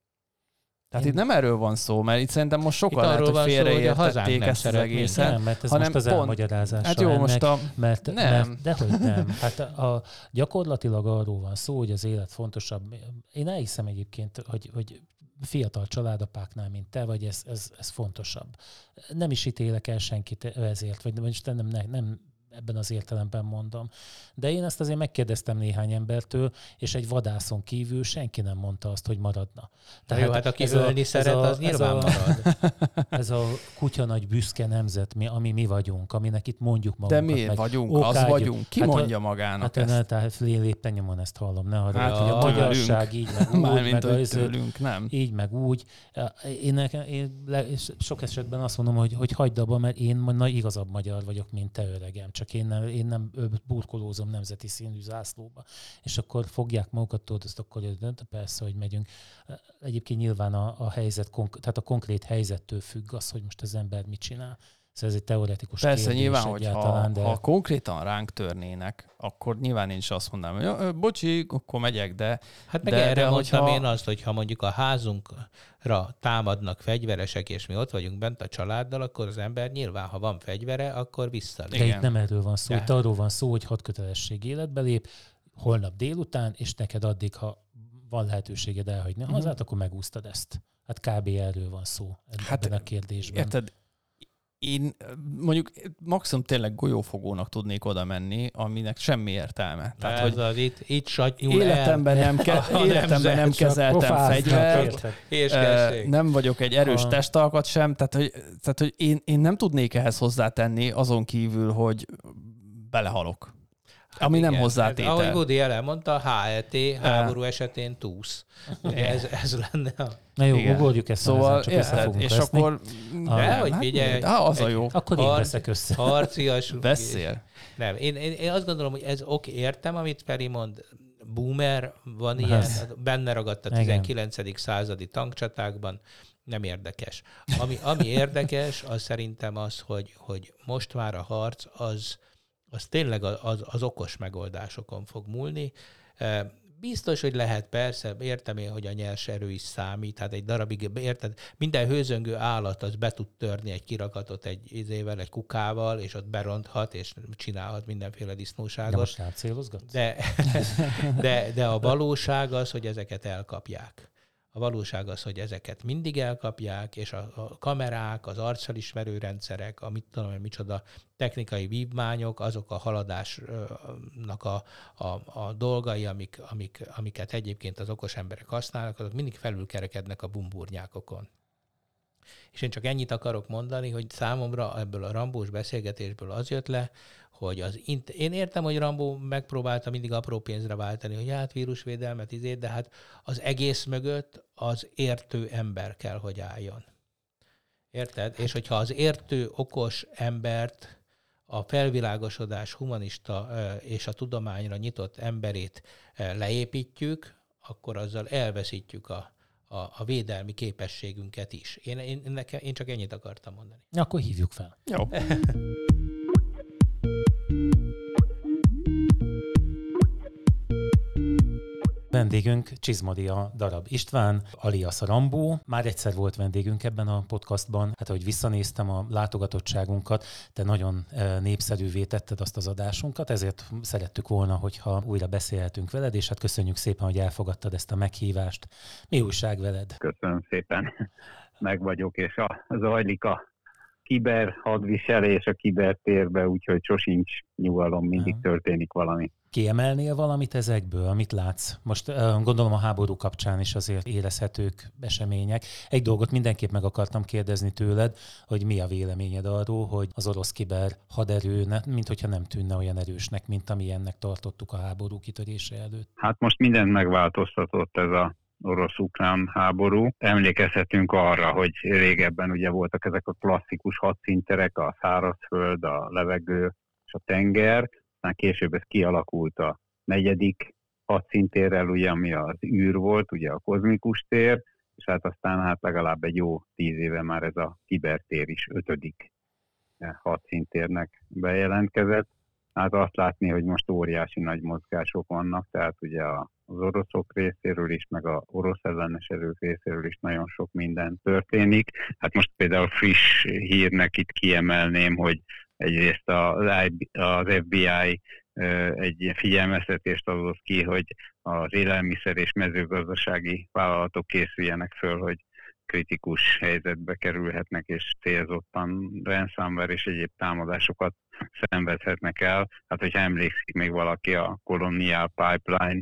Tehát én... itt nem erről van szó, mert itt szerintem most sokan lehet, hogy félreértették ezt az egészet. Nem, mert ez hanem most az pont... elmagyarázása hát jó, ennek, most a... mert, nem. Mert, dehogy nem. Hát a, a, gyakorlatilag arról van szó, hogy az élet fontosabb. Én elhiszem egyébként, hogy, hogy fiatal családapáknál, mint te vagy, ez, ez, ez fontosabb. Nem is ítélek el senkit ezért, vagy most nem, nem, nem ebben az értelemben mondom. De én ezt azért megkérdeztem néhány embertől, és egy vadászon kívül senki nem mondta azt, hogy maradna. Tehát jó, hát aki ölni szeret, a, az nyilván a, marad. Ez a kutya nagy büszke nemzet, mi, ami mi vagyunk, aminek itt mondjuk magunkat. De miért vagyunk? Ókádjuk. Az vagyunk. Ki hát mondja magának hát ezt? Hát tehát éppen nyomon ezt hallom. Ne haragudj, hát, hogy a magyarság így meg úgy, Mármint, meg hogy tőlünk, nem. Így meg úgy. Én, nekem, én sok esetben azt mondom, hogy, hogy hagyd abba, mert én nagy igazabb magyar vagyok, mint te öregem. Csak csak én nem, én nem burkolózom nemzeti színű zászlóba. És akkor fogják magukat, tudod, azt akkor dönt, persze, hogy megyünk. Egyébként nyilván a, a helyzet, tehát a konkrét helyzettől függ az, hogy most az ember mit csinál. Ez egy teoretikus Persze, kérdés nyilván, hogy ha, de... ha konkrétan ránk törnének, akkor nyilván én is azt mondanám, hogy ja, bocsi, akkor megyek, de... Hát meg de, erre de, mondtam hogyha... én azt, hogy ha mondjuk a házunkra támadnak fegyveresek, és mi ott vagyunk bent a családdal, akkor az ember nyilván, ha van fegyvere, akkor visszalép. De itt nem erről van szó, itt arról van szó, hogy hadkötelesség életbe lép, holnap délután, és neked addig, ha van lehetőséged elhagyni a hazát, uh-huh. akkor megúsztad ezt. Hát kb. Erről van szó ebben hát, a kérdésben. Érted? Én mondjuk maximum tényleg golyófogónak tudnék oda menni, aminek semmi értelme. Tehát, hogy hogy itt, itt életemben nem, ke- életemben nem kezeltem fegyvert, nem vagyok egy erős ha. testalkat sem, tehát hogy, tehát, hogy én, én nem tudnék ehhez hozzátenni azon kívül, hogy belehalok. Hát ami igen, nem hozzátétel. Ahogy Woody Allen mondta, há é té, háború esetén túsz. Ez, ez lenne a... Na jó, ugorjuk ezt, szóval, csak össze fogunk és veszni. akkor... De, hogy figyelj... Hát, az a jó. Akkor én veszek össze. Harcias... Beszél. Nem, én, én, én azt gondolom, hogy ez oké, értem, amit Feri mond. Boomer, van ilyen, benne ragadt a tizenkilencedik századi tankcsatákban, nem érdekes. Ami, ami érdekes, az szerintem az, hogy, hogy most már a harc az... az tényleg az, az okos megoldásokon fog múlni. Biztos, hogy lehet, persze, értem én, hogy a nyers erő is számít, hát egy darabig, érted, minden hőzöngő állat az be tud törni egy kirakatot egy izével, egy kukával, és ott beronthat, és csinálhat mindenféle disznóságot. De most rácélozgatsz? De, de, de a valóság az, hogy ezeket elkapják. A valóság az, hogy ezeket mindig elkapják, és a, a kamerák, az arccal ismerő rendszerek, a mit tudom, micsoda technikai vívmányok, azok a haladásnak a, a, a dolgai, amik, amik, amiket egyébként az okos emberek használnak, azok mindig felülkerekednek a bumburnyákokon. És én csak ennyit akarok mondani, hogy számomra ebből a Rambós beszélgetésből az jött le, hogy az int- én értem, hogy Rambó megpróbálta mindig apró pénzre váltani, hogy hát vírusvédelmet izét, de hát az egész mögött az értő ember kell, hogy álljon. Érted? És hogyha az értő, okos embert, a felvilágosodás humanista és a tudományra nyitott emberét leépítjük, akkor azzal elveszítjük a A, a védelmi képességünket is. Én, én, nekem, én csak ennyit akartam mondani. Akkor hívjuk fel. Jó. Vendégünk Csizmadi a darab István, alias Rambó. Már egyszer volt vendégünk ebben a podcastban. Hát, ahogy visszanéztem a látogatottságunkat, te nagyon népszerűvé tetted azt az adásunkat, ezért szerettük volna, hogyha újra beszélhetünk veled, és hát köszönjük szépen, hogy elfogadtad ezt a meghívást. Mi újság veled? Köszönöm szépen. Meg vagyok, és a, zajlik a kiber hadviselés a kibertérbe, úgyhogy sosincs nyugalom, mindig Aha. történik valami. Kiemelnél valamit ezekből, amit látsz? Most gondolom a háború kapcsán is azért érezhetők események. Egy dolgot mindenképp meg akartam kérdezni tőled, hogy mi a véleményed arról, hogy az orosz kiber haderő, mint hogyha nem tűnne olyan erősnek, mint amilyennek tartottuk a háború kitörése előtt. Hát most mindent megváltoztatott ez a orosz-ukrán háború. Emlékezhetünk arra, hogy régebben ugye voltak ezek a klasszikus hadszinterek, a szárazföld, a levegő és a tenger. Aztán később ez kialakult a negyedik hadszintérrel, ugye, ami az űr volt, ugye a kozmikus tér, és hát aztán hát legalább egy jó tíz éve már ez a kibertér is ötödik hadszintérnek bejelentkezett. Hát azt látni, hogy most óriási nagy mozgások vannak, tehát ugye az oroszok részéről is, meg az orosz ellenes erők részéről is nagyon sok minden történik. Hát most például friss hírnek itt kiemelném, hogy egyrészt az ef bé i egy figyelmeztetést adott ki, hogy az élelmiszer és mezőgazdasági vállalatok készüljenek föl, hogy kritikus helyzetbe kerülhetnek, és célzottan ransomware és egyéb támadásokat szenvedhetnek el. Hát, hogyha emlékszik még valaki a Colonial Pipeline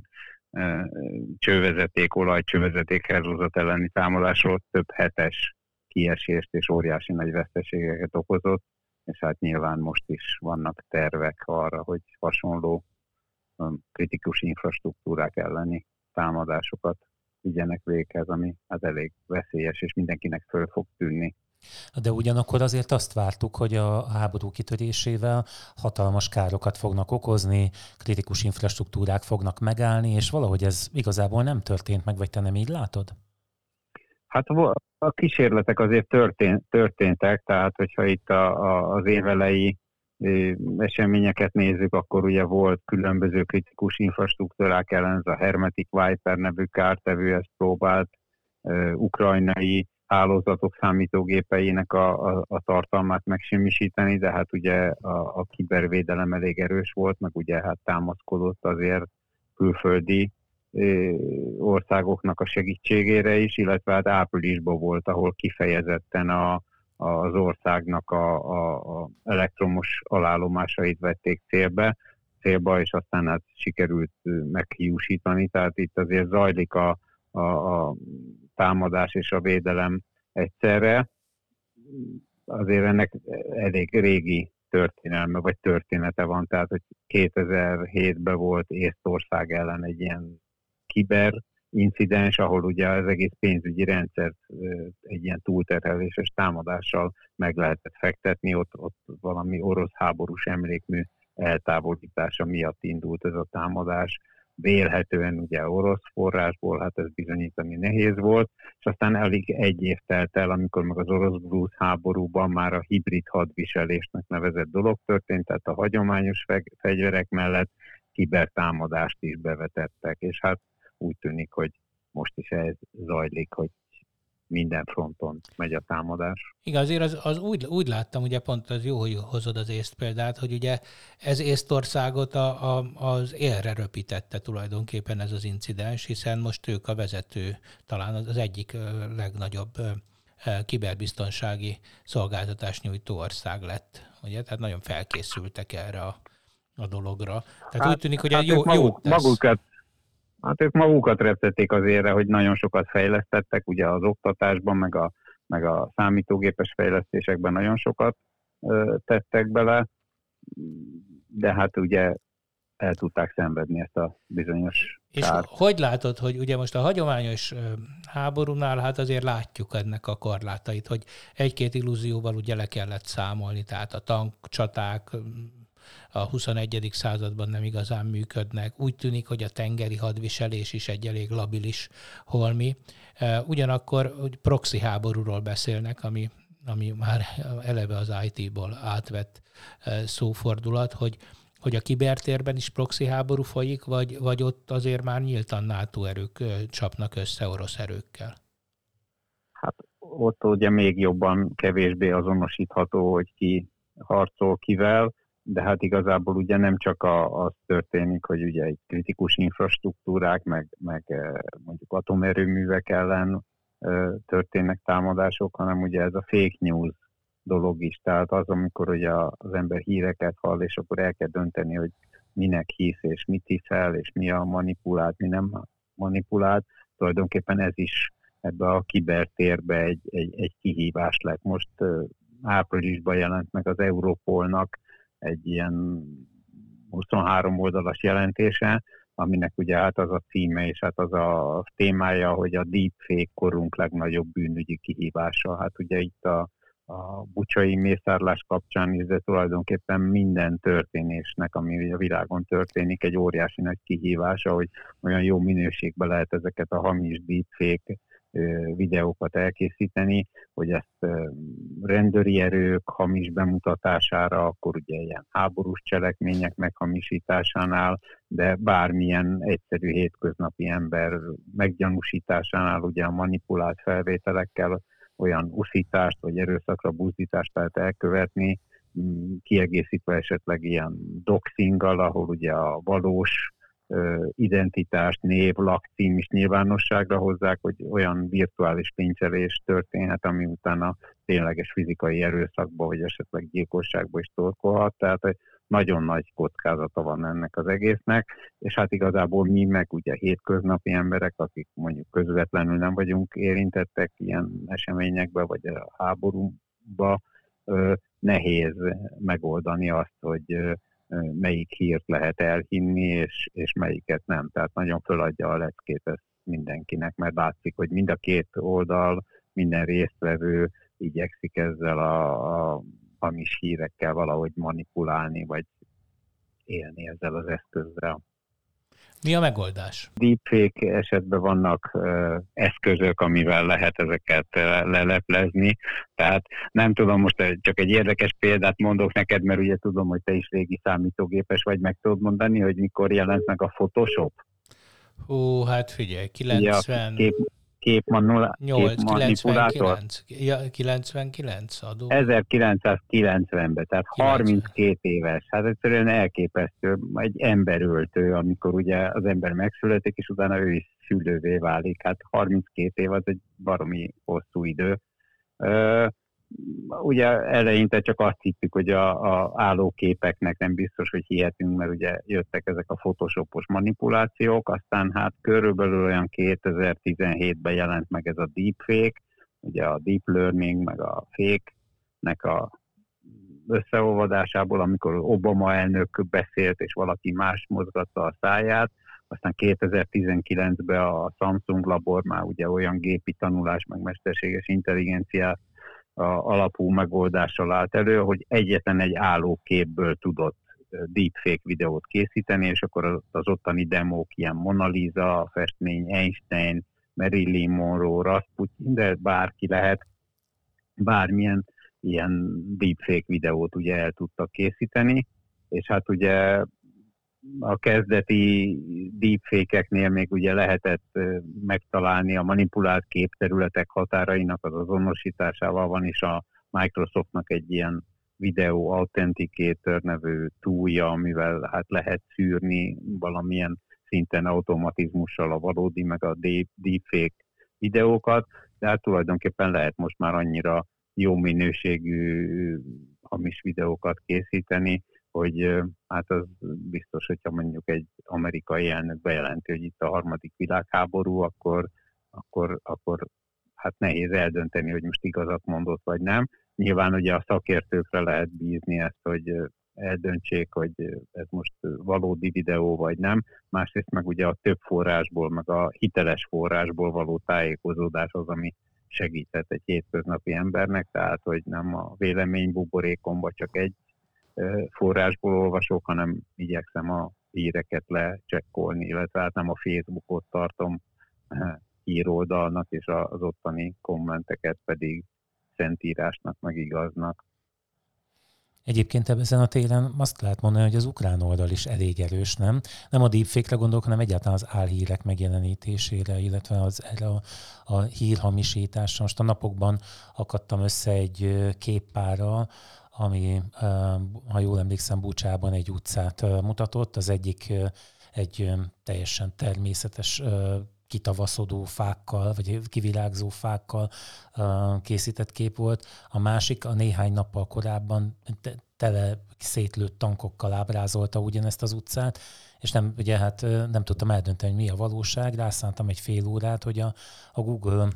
csővezeték, olajcsővezeték hálózat elleni támadásról több hetes kiesést és óriási nagy veszteségeket okozott, és hát nyilván most is vannak tervek arra, hogy hasonló kritikus infrastruktúrák elleni támadásokat vigyenek véghez, ami hát elég veszélyes, és mindenkinek föl fog tűnni. De ugyanakkor azért azt vártuk, hogy a háború kitörésével hatalmas károkat fognak okozni, kritikus infrastruktúrák fognak megállni, és valahogy ez igazából nem történt meg, vagy te nem így látod? Hát a kísérletek azért történt, történtek, tehát hogyha itt a, a, az évelei eseményeket nézzük, akkor ugye volt különböző kritikus infrastruktúrák ellen, ez a Hermetic Viper nevű kártevő, ezt próbált uh, ukrajnai hálózatok számítógépeinek a, a, a tartalmát megsemmisíteni, de hát ugye a, a kibervédelem elég erős volt, meg ugye hát támaszkodott azért külföldi országoknak a segítségére is, illetve hát áprilisban volt, ahol kifejezetten a, az országnak a, a, a elektromos alállomásait vették célbe, célba, és aztán hát sikerült meghiúsítani, tehát itt azért zajlik a, a, a támadás és a védelem egyszerre. Azért ennek elég régi történelme, vagy története van, tehát hogy kétezer-hétben volt Észtország ellen egy ilyen kiber incidens, ahol ugye az egész pénzügyi rendszert egy ilyen túlterheléses támadással meg lehetett fektetni, ott, ott valami orosz háborús emlékmű eltávolítása miatt indult ez a támadás, vélhetően ugye orosz forrásból, hát ez bizonyítani nehéz volt, és aztán elég egy év telt el, amikor meg az orosz-grúz háborúban már a hibrid hadviselésnek nevezett dolog történt, tehát a hagyományos fegyverek mellett kibertámadást is bevetettek, és hát úgy tűnik, hogy most is ez zajlik, hogy minden fronton megy a támadás. Igen, azért az, az úgy, úgy láttam, ugye pont az jó, hogy hozod az észt példát, hogy ugye ez Észtországot a, a, az élre röpítette tulajdonképpen ez az incidens, hiszen most ők a vezető, talán az egyik legnagyobb kiberbiztonsági szolgáltatás nyújtó ország lett. Ugye? Tehát nagyon felkészültek erre a, a dologra. Tehát hát, úgy tűnik, hogy hát jó, maguk, jó magukat, hát ők magukat reptették az érre, hogy nagyon sokat fejlesztettek, ugye az oktatásban, meg a, meg a számítógépes fejlesztésekben nagyon sokat ö, tettek bele, de hát ugye el tudták szenvedni ezt a bizonyos kárt. És hogy látod, hogy ugye most a hagyományos háborúnál hát azért látjuk ennek a korlátait, hogy egy-két illúzióval ugye le kellett számolni, tehát a tankcsaták a huszonegyedik században nem igazán működnek. Úgy tűnik, hogy a tengeri hadviselés is egy elég labilis holmi. Ugyanakkor proxy háborúról beszélnek, ami, ami már eleve az í té-ból átvett szófordulat, hogy hogy a kibertérben is proxy háború folyik, vagy, vagy ott azért már nyíltan NATO erők csapnak össze orosz erőkkel? Hát ott ugye még jobban kevésbé azonosítható, hogy ki harcol kivel, de hát igazából ugye nem csak a, az történik, hogy ugye egy kritikus infrastruktúrák, meg, meg mondjuk atomerőművek ellen történnek támadások, hanem ugye ez a fake news dolog is. Tehát az, amikor ugye az ember híreket hall, és akkor el kell dönteni, hogy minek hisz, és mit hiszel, és mi a manipulált, mi nem manipulált. Tulajdonképpen ez is ebbe a kibertérbe egy, egy, egy kihívás lett. Most áprilisban jelent meg az Europolnak egy ilyen huszonhárom oldalas jelentése, aminek ugye hát az a címe, és hát az a témája, hogy a deepfake korunk legnagyobb bűnügyi kihívása. Hát ugye itt a a bucsai mészárlás kapcsán is, de tulajdonképpen minden történésnek, ami a világon történik, egy óriási nagy kihívása, hogy olyan jó minőségben lehet ezeket a hamis deepfake videókat elkészíteni, hogy ezt rendőri erők hamis bemutatására, akkor ugye ilyen háborús cselekmények meghamisításánál, de bármilyen egyszerű hétköznapi ember meggyanúsításánál, ugye a manipulált felvételekkel olyan uszítást vagy erőszakra buzdítást lehet elkövetni, kiegészítve esetleg ilyen doxinggal, ahol ugye a valós identitást, név, lakcím is nyilvánosságra hozzák, hogy olyan virtuális pincselés történhet, ami utána tényleges fizikai erőszakba, vagy esetleg gyilkosságba is torkolhat. Tehát nagyon nagy kockázata van ennek az egésznek, és hát igazából mi meg ugye hétköznapi emberek, akik mondjuk közvetlenül nem vagyunk érintettek ilyen eseményekbe, vagy a háborúba, nehéz megoldani azt, hogy melyik hírt lehet elhinni, és, és melyiket nem. Tehát nagyon föladja a leckét ezt mindenkinek, mert látszik, hogy mind a két oldal, minden résztvevő igyekszik ezzel a, a hamis hírekkel valahogy manipulálni, vagy élni ezzel az eszközzel. Mi a megoldás? Deepfake esetben vannak uh, eszközök, amivel lehet ezeket leleplezni. Tehát nem tudom, most csak egy érdekes példát mondok neked, mert ugye tudom, hogy te is régi számítógépes vagy, meg tudod mondani, hogy mikor jelent meg a Photoshop? Hú, hát figyelj, kilencven... Kép, képmanula, képmanipulátor. kilencvenkilenc adó. ezerkilencszázkilencvenben, tehát harminckét éves. Hát egyszerűen elképesztő, egy emberöltő, amikor ugye az ember megszületik, és utána ő is szülővé válik. Hát harminckét év az egy baromi hosszú idő. Ugye eleinte csak azt hittük, hogy a, a állóképeknek nem biztos, hogy hihetünk, mert ugye jöttek ezek a photoshopos manipulációk, aztán hát körülbelül olyan kétezer-tizenhétben jelent meg ez a deepfake, ugye a deep learning, meg a fake-nek a összeolvadásából, amikor Obama elnök beszélt, és valaki más mozgatta a száját, aztán kétezer-tizenkilencben a Samsung labor már ugye olyan gépi tanulás, meg mesterséges intelligenciát a alapú megoldással állt elő, hogy egyetlen egy állóképből tudott deepfake videót készíteni, és akkor az, az ottani demók, ilyen Mona Lisa, festmény, Einstein, Marilyn Monroe, Rasputin, de bárki lehet, bármilyen ilyen deepfake videót ugye el tudtak készíteni, és hát ugye a kezdeti deepfake-eknél még ugye lehetett megtalálni a manipulált képterületek határainak az azonosításával. Van is a Microsoftnak egy ilyen Video Authenticator nevű toolja, amivel hát lehet szűrni valamilyen szinten automatizmussal a valódi meg a deepfake videókat, de hát tulajdonképpen lehet most már annyira jó minőségű hamis videókat készíteni, hogy hát az biztos, hogyha mondjuk egy amerikai elnök bejelenti, hogy itt a harmadik világháború, akkor, akkor, akkor hát nehéz eldönteni, hogy most igazat mondott, vagy nem. Nyilván ugye a szakértőkre lehet bízni ezt, hogy eldöntsék, hogy ez most valódi videó, vagy nem. Másrészt meg ugye a több forrásból, meg a hiteles forrásból való tájékozódás az, ami segíthet egy hétköznapi embernek, tehát hogy nem a véleménybuborékomba csak egy forrásból olvasok, hanem igyekszem a híreket lecsekkolni, illetve hát nem a Facebookot tartom híroldalnak, és az ottani kommenteket pedig szentírásnak, meg igaznak. Egyébként ezen a téren azt lehet mondani, hogy az ukrán oldal is elég erős, nem? Nem a deepfake-re gondolok, hanem egyáltalán az álhírek megjelenítésére, illetve az erre a, a hírhamisításra. Most a napokban akadtam össze egy képpárral, ami, ha jól emlékszem, Bucsában egy utcát mutatott. Az egyik egy teljesen természetes kitavaszodó fákkal, vagy kivirágzó fákkal készített kép volt. A másik a néhány nappal korábban tele szétlőtt tankokkal ábrázolta ugyanezt az utcát, és nem, ugye hát nem tudtam eldönteni, hogy mi a valóság. Rászántam egy fél órát, hogy a, a Google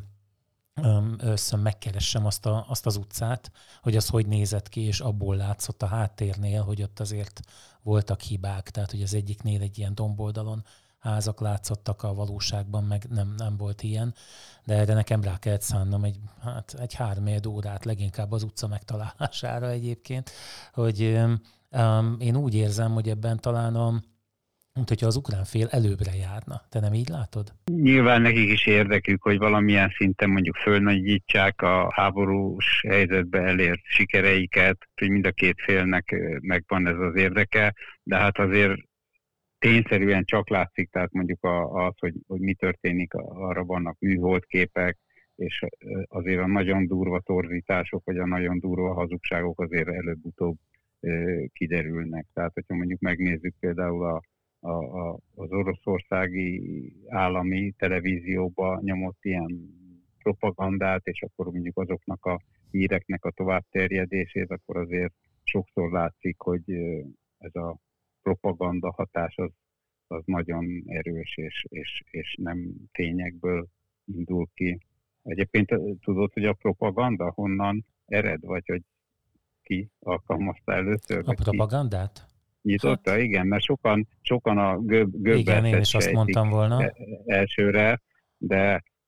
összön megkeressem azt, a, azt az utcát, hogy az hogy nézett ki, és abból látszott a háttérnél, hogy ott azért voltak hibák. Tehát, hogy az egyiknél egy ilyen domboldalon házak látszottak, a valóságban meg nem, nem volt ilyen, de erre nekem rá kellett szánnom egy, hát egy három órát, leginkább az utca megtalálására egyébként, hogy um, én úgy érzem, hogy ebben talán a mint hogyha az ukrán fél előbbre járna. Te nem így látod? Nyilván nekik is érdekük, hogy valamilyen szinten mondjuk fölnagyítsák a háborús helyzetbe elért sikereiket, hogy mind a két félnek megvan ez az érdeke, de hát azért tényszerűen csak látszik, tehát mondjuk az, hogy, hogy mi történik, arra vannak műholdképek, és azért a nagyon durva torzítások, vagy a nagyon durva hazugságok azért előbb-utóbb kiderülnek. Tehát, hogyha mondjuk megnézzük például a A, a, az oroszországi állami televízióba nyomott ilyen propagandát, és akkor mondjuk azoknak a híreknek a továbbterjedését, akkor azért sokszor látszik, hogy ez a propaganda hatás az, az nagyon erős, és, és, és nem tényekből indul ki. Egyébként tudod, hogy a propaganda honnan ered, vagy hogy ki alkalmazta először? A propagandát? Nyitotta, hát, igen, mert sokan, sokan a göb, göbbeltet igen, én is azt mondtam volna. Elsőre, de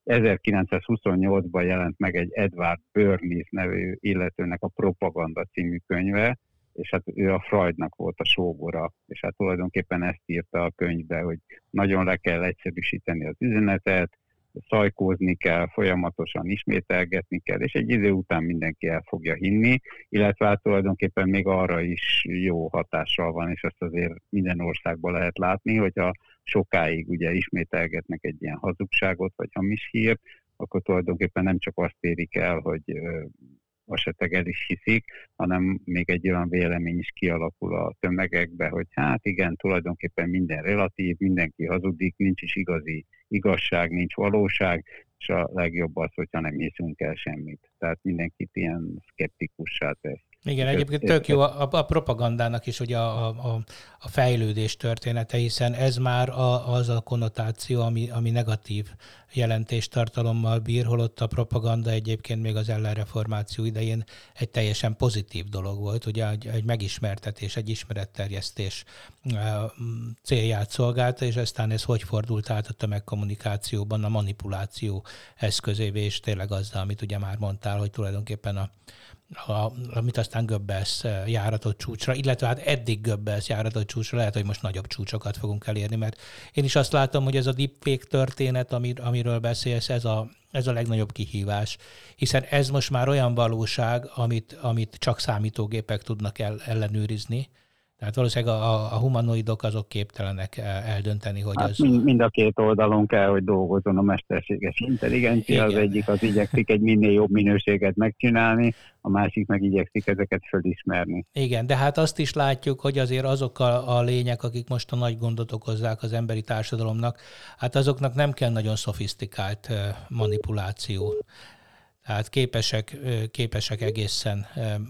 ezerkilencszázhuszonnyolcban jelent meg egy Edward Bernays nevű illetőnek a Propaganda című könyve, és hát ő a Freudnak volt a sógora, és hát tulajdonképpen ezt írta a könyvbe, hogy nagyon le kell egyszerűsíteni az üzenetet, szajkózni kell, folyamatosan ismételgetni kell, és egy idő után mindenki el fogja hinni, illetve hát tulajdonképpen még arra is jó hatással van, és ezt azért minden országban lehet látni, hogyha sokáig ugye ismételgetnek egy ilyen hazugságot, vagy hamis hírt, akkor tulajdonképpen nem csak azt érik el, hogy esetleg el is hiszik, hanem még egy olyan vélemény is kialakul a tömegekbe, hogy hát igen, tulajdonképpen minden relatív, mindenki hazudik, nincs is igazi igazság, nincs valóság, és a legjobb az, hogyha nem hiszünk el semmit. Tehát mindenkit ilyen szkeptikussá tesz. Igen, egyébként tök jó a, a propagandának is ugye a, a, a fejlődés története, hiszen ez már a, az a konnotáció, ami, ami negatív jelentéstartalommal bír, holott a propaganda egyébként még az ellenreformáció idején egy teljesen pozitív dolog volt, ugye egy, egy megismertetés, egy ismeretterjesztés célját szolgálta, és aztán ez hogy fordult át a tömegkommunikációban a manipuláció eszközévé, és tényleg azzal, amit ugye már mondtál, hogy tulajdonképpen a A, amit aztán Goebbels járatott csúcsra, illetve hát eddig Goebbels járatott csúcsra, lehet, hogy most nagyobb csúcsokat fogunk elérni, mert én is azt látom, hogy ez a deepfake történet, amir, amiről beszélsz, ez a, ez a legnagyobb kihívás, hiszen ez most már olyan valóság, amit, amit csak számítógépek tudnak el, ellenőrizni. Tehát valószínűleg a, a humanoidok azok képtelenek eldönteni, hogy hát az... Mind, mind a két oldalon kell, hogy dolgozzon a mesterséges intelligencia. Igen. Az egyik az igyekszik egy minél jobb minőséget megcsinálni, a másik meg igyekszik ezeket fölismerni. Igen, de hát azt is látjuk, hogy azért azok a, a lények, akik most a nagy gondot okozzák az emberi társadalomnak, hát azoknak nem kell nagyon szofisztikált manipuláció. Tehát képesek, képesek egészen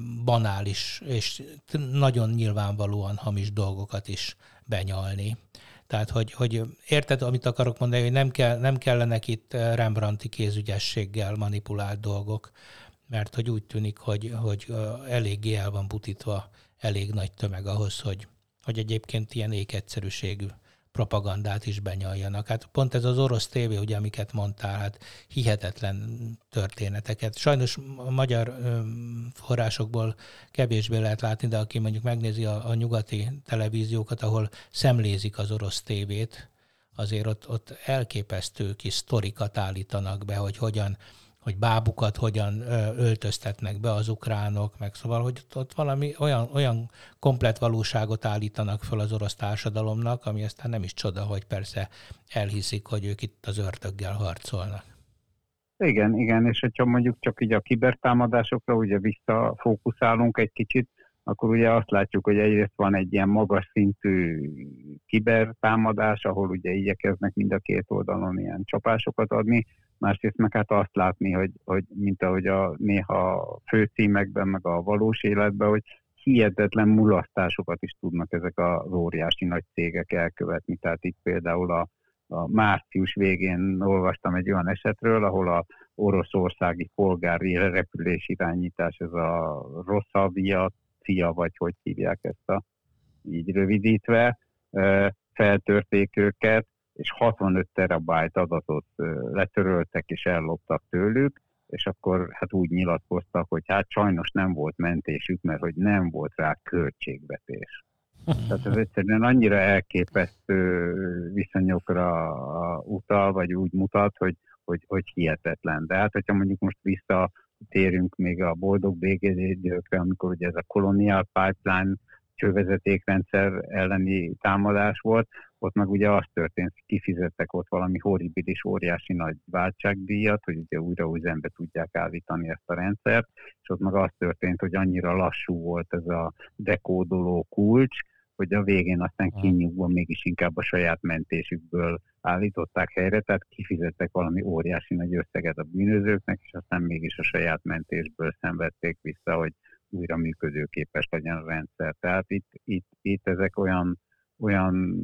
banális és nagyon nyilvánvalóan hamis dolgokat is benyalni. Tehát, hogy, hogy érted, amit akarok mondani, hogy nem, kell, nem kellenek itt Rembrandti kézügyességgel manipulált dolgok, mert hogy úgy tűnik, hogy, hogy eléggé el van butítva elég nagy tömeg ahhoz, hogy, hogy egyébként ilyen ékegyszerűségű propagandát is benyaljanak. Hát pont ez az orosz tévé, ugye, amiket mondtál, hát hihetetlen történeteket. Sajnos a magyar forrásokból kevésbé lehet látni, de aki mondjuk megnézi a, a nyugati televíziókat, ahol szemlézik az orosz tévét, azért ott, ott elképesztő kis sztorikat állítanak be, hogy hogyan hogy bábukat hogyan öltöztetnek be az ukránok, meg szóval, hogy ott valami olyan, olyan komplett valóságot állítanak föl az orosz társadalomnak, ami aztán nem is csoda, hogy persze elhiszik, hogy ők itt az ördöggel harcolnak. Igen, igen, és hogyha mondjuk csak így a kibertámadásokra ugye visszafókuszálunk egy kicsit, akkor ugye azt látjuk, hogy egyrészt van egy ilyen magas szintű kibertámadás, ahol ugye igyekeznek mind a két oldalon ilyen csapásokat adni, másrészt meg hát azt látni, hogy, hogy mint ahogy a néha főcímekben, meg a valós életben, hogy hihetetlen mulasztásokat is tudnak ezek az óriási nagy cégek elkövetni. Tehát itt például a, a március végén olvastam egy olyan esetről, ahol a oroszországi polgári repülés irányítás, ez a Rosszavia, CIA, vagy hogy hívják ezt a így rövidítve, feltörték őket, és hatvanöt terabájt adatot letöröltek és elloptak tőlük, és akkor hát úgy nyilatkoztak, hogy hát sajnos nem volt mentésük, mert hogy nem volt rá költségvetés. Tehát ez egyszerűen annyira elképesztő viszonyokra utal, vagy úgy mutat, hogy, hogy, hogy hihetetlen. De hát, hogyha mondjuk most visszatérünk még a boldog békéidőkre, amikor ugye ez a Colonial Pipeline csővezetékrendszer elleni támadás volt, ott meg ugye az történt, hogy kifizettek ott valami horribilis, óriási nagy váltságdíjat, hogy ugye újra üzembe tudják állítani ezt a rendszert, és ott meg az történt, hogy annyira lassú volt ez a dekódoló kulcs, hogy a végén aztán kinyugban mégis inkább a saját mentésükből állították helyre, tehát kifizettek valami óriási nagy összeget a bűnözőknek, és aztán mégis a saját mentésből szenvedték vissza, hogy újra működőképes legyen a rendszer. Tehát itt, itt, itt ezek olyan, olyan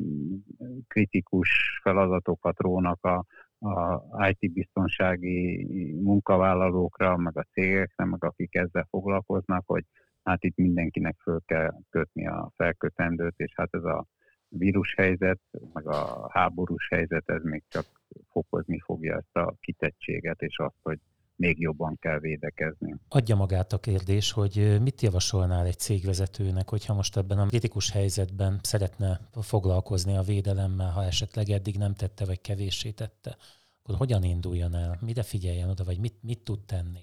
kritikus feladatokat rónak a, a í té-biztonsági munkavállalókra, meg a cégekre, meg akik ezzel foglalkoznak, hogy hát itt mindenkinek föl kell kötni a felkötendőt, és hát ez a vírushelyzet, meg a háborús helyzet, ez még csak fokozni fog fogja ezt a kitettséget, és azt, hogy még jobban kell védekezni. Adja magát a kérdés, hogy mit javasolnál egy cégvezetőnek, hogyha most ebben a kritikus helyzetben szeretne foglalkozni a védelemmel, ha esetleg eddig nem tette, vagy kevéssé tette, akkor hogyan induljon el, mire figyeljen oda, vagy mit, mit tud tenni?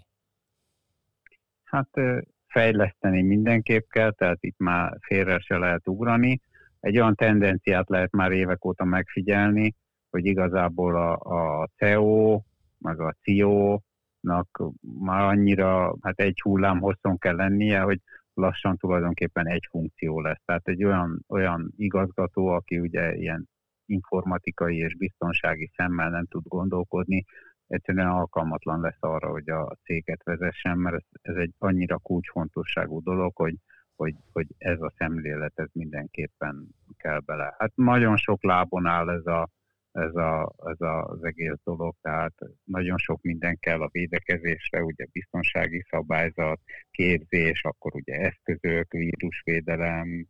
Hát fejleszteni mindenképp kell, tehát itt már félre se lehet ugrani. Egy olyan tendenciát lehet már évek óta megfigyelni, hogy igazából a, a cé e o, meg a cé e o-nak már annyira, hát egy hullám hosszon kell lennie, hogy lassan tulajdonképpen egy funkció lesz. Tehát egy olyan, olyan igazgató, aki ugye ilyen informatikai és biztonsági szemmel nem tud gondolkodni, egyszerűen alkalmatlan lesz arra, hogy a céget vezessen, mert ez, ez egy annyira kulcsfontosságú dolog, hogy, hogy, hogy ez a szemlélet, ez mindenképpen kell bele. Hát nagyon sok lábon áll ez, a, ez, a, ez a, az egész dolog, tehát nagyon sok minden kell a védekezésre, ugye biztonsági szabályzat, képzés, akkor ugye eszközök, vírusvédelem,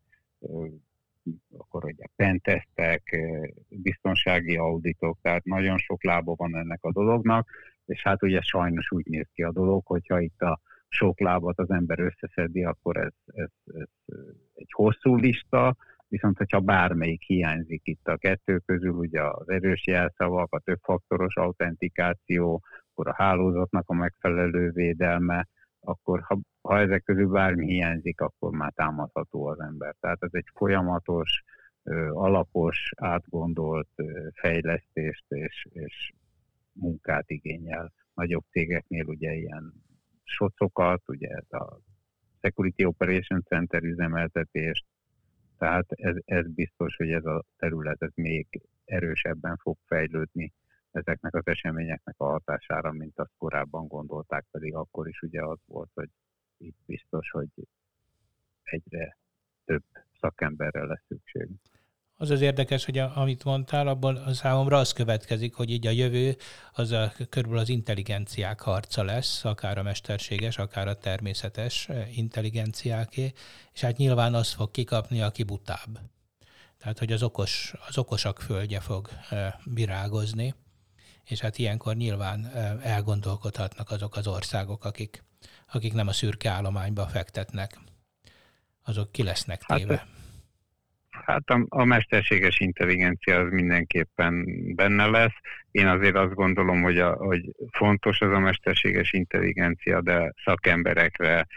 akkor ugye pentesztek, biztonsági auditok, tehát nagyon sok lába van ennek a dolognak, és hát ugye sajnos úgy néz ki a dolog, hogyha itt a sok lábat az ember összeszedi, akkor ez, ez, ez egy hosszú lista, viszont hogyha bármelyik hiányzik itt a kettő közül, ugye az erős jelszavak, a többfaktoros autentikáció, akkor a hálózatnak a megfelelő védelme, akkor ha, ha ezek közül bármi hiányzik, akkor már támadható az ember. Tehát ez egy folyamatos, alapos, átgondolt fejlesztést és, és munkát igényel. Nagyobb cégeknél ugye ilyen socokat, ugye ez a Security Operation Center üzemeltetést, tehát ez, ez biztos, hogy ez a terület ez még erősebben fog fejlődni ezeknek az eseményeknek a hatására, mint azt korábban gondolták, pedig akkor is ugye az volt, hogy itt biztos, hogy egyre több szakemberre lesz szükség. Az az érdekes, hogy a, amit mondtál, abból a számomra az következik, hogy így a jövő az a, körülbelül az intelligenciák harca lesz, akár a mesterséges, akár a természetes intelligenciáké, és hát nyilván az fog kikapni, aki butább. Tehát, hogy az, okos, az okosak földje fog virágozni, és hát ilyenkor nyilván elgondolkodhatnak azok az országok, akik, akik nem a szürke állományba fektetnek. Azok ki lesznek téve. Hát, hát a, a mesterséges intelligencia az mindenképpen benne lesz. Én azért azt gondolom, hogy, a, hogy fontos az a mesterséges intelligencia, de szakemberekre,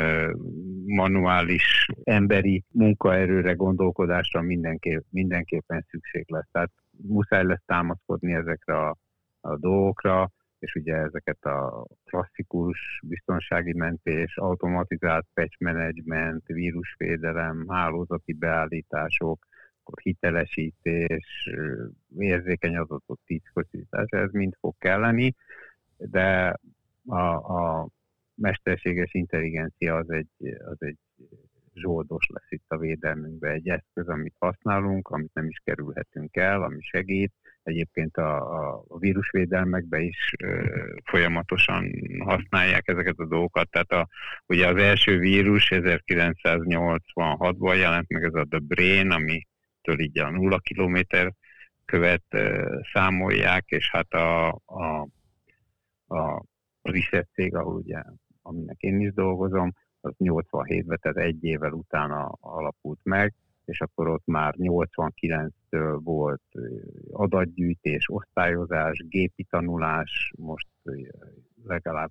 manuális emberi munkaerőre, gondolkodásra mindenképp, mindenképpen szükség lesz. Tehát muszáj lesz támaszkodni ezekre a a dolgokra, és ugye ezeket a klasszikus biztonsági mentés, automatizált patch management, vírusvédelem, hálózati beállítások, akkor hitelesítés, érzékeny adatok titkosítás, ez mind fog kelleni, de a, a mesterséges intelligencia az egy, az egy zsoldos lesz itt a védelmünkben, egy eszköz, amit használunk, amit nem is kerülhetünk el, ami segít. Egyébként a, a vírusvédelmekben is ö, folyamatosan használják ezeket a dolgokat. Tehát a, ugye az első vírus ezerkilencszáznyolcvanhatban jelent meg, ez a The Brain, amitől így a nulla kilométer követ ö, számolják, és hát a, a, a Reset cég, ahol ugye, aminek én is dolgozom, az nyolcvanhétben, tehát egy évvel utána alapult meg, és akkor ott már nyolcvankilenctől volt adatgyűjtés, osztályozás, gépi tanulás, most legalább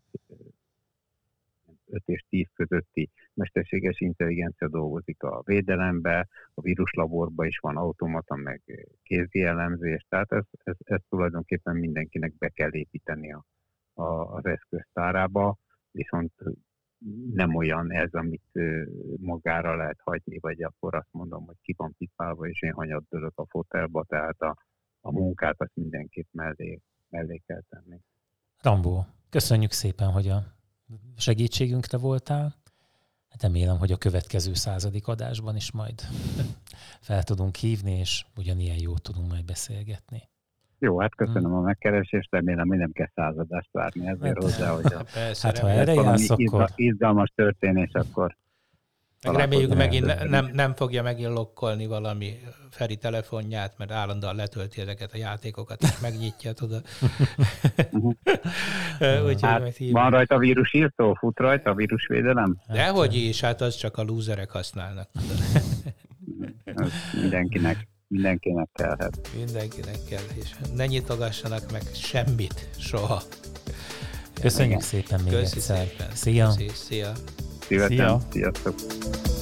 öt és tíz közötti mesterséges intelligencia dolgozik a védelembe, a víruslaborban is van automata, meg kézi elemzés, tehát ezt ez, ez tulajdonképpen mindenkinek be kell építeni a, a, az eszköztárába, viszont nem olyan ez, amit magára lehet hagyni, vagy akkor azt mondom, hogy ki van pipálva, és én hanyat dőlök a fotelba, tehát a, a munkát azt mindenképp mellé, mellé kell tenni. Rambó, köszönjük szépen, hogy a segítségünkre voltál. Remélem, hogy a következő századik adásban is majd fel tudunk hívni, és ugyanilyen jót tudunk majd beszélgetni. Jó, hát köszönöm a megkeresést, remélem, hogy nem kell századást várni ezért hozzá, hogy a, hát ha erre jársz, akkor... izgalmas történés, akkor Meg reméljük megint ne, nem, nem fogja megint lokkolni valami Feri telefonját, mert állandóan letölti ezeket a játékokat, és megnyitja, tudod. Úgy, hát, van rajta vírusírtó? Fut rajta a vírusvédelem? Dehogy is, hát az csak a lúzerek használnak. Az mindenkinek, mindenkinek kellhet. Mindenkinek kell, és ne nyitogassanak meg semmit, soha. Köszönjük szépen még Köszi egyszer. Szépen. Szia! Köszi, szia! Szívesen, sziasztok!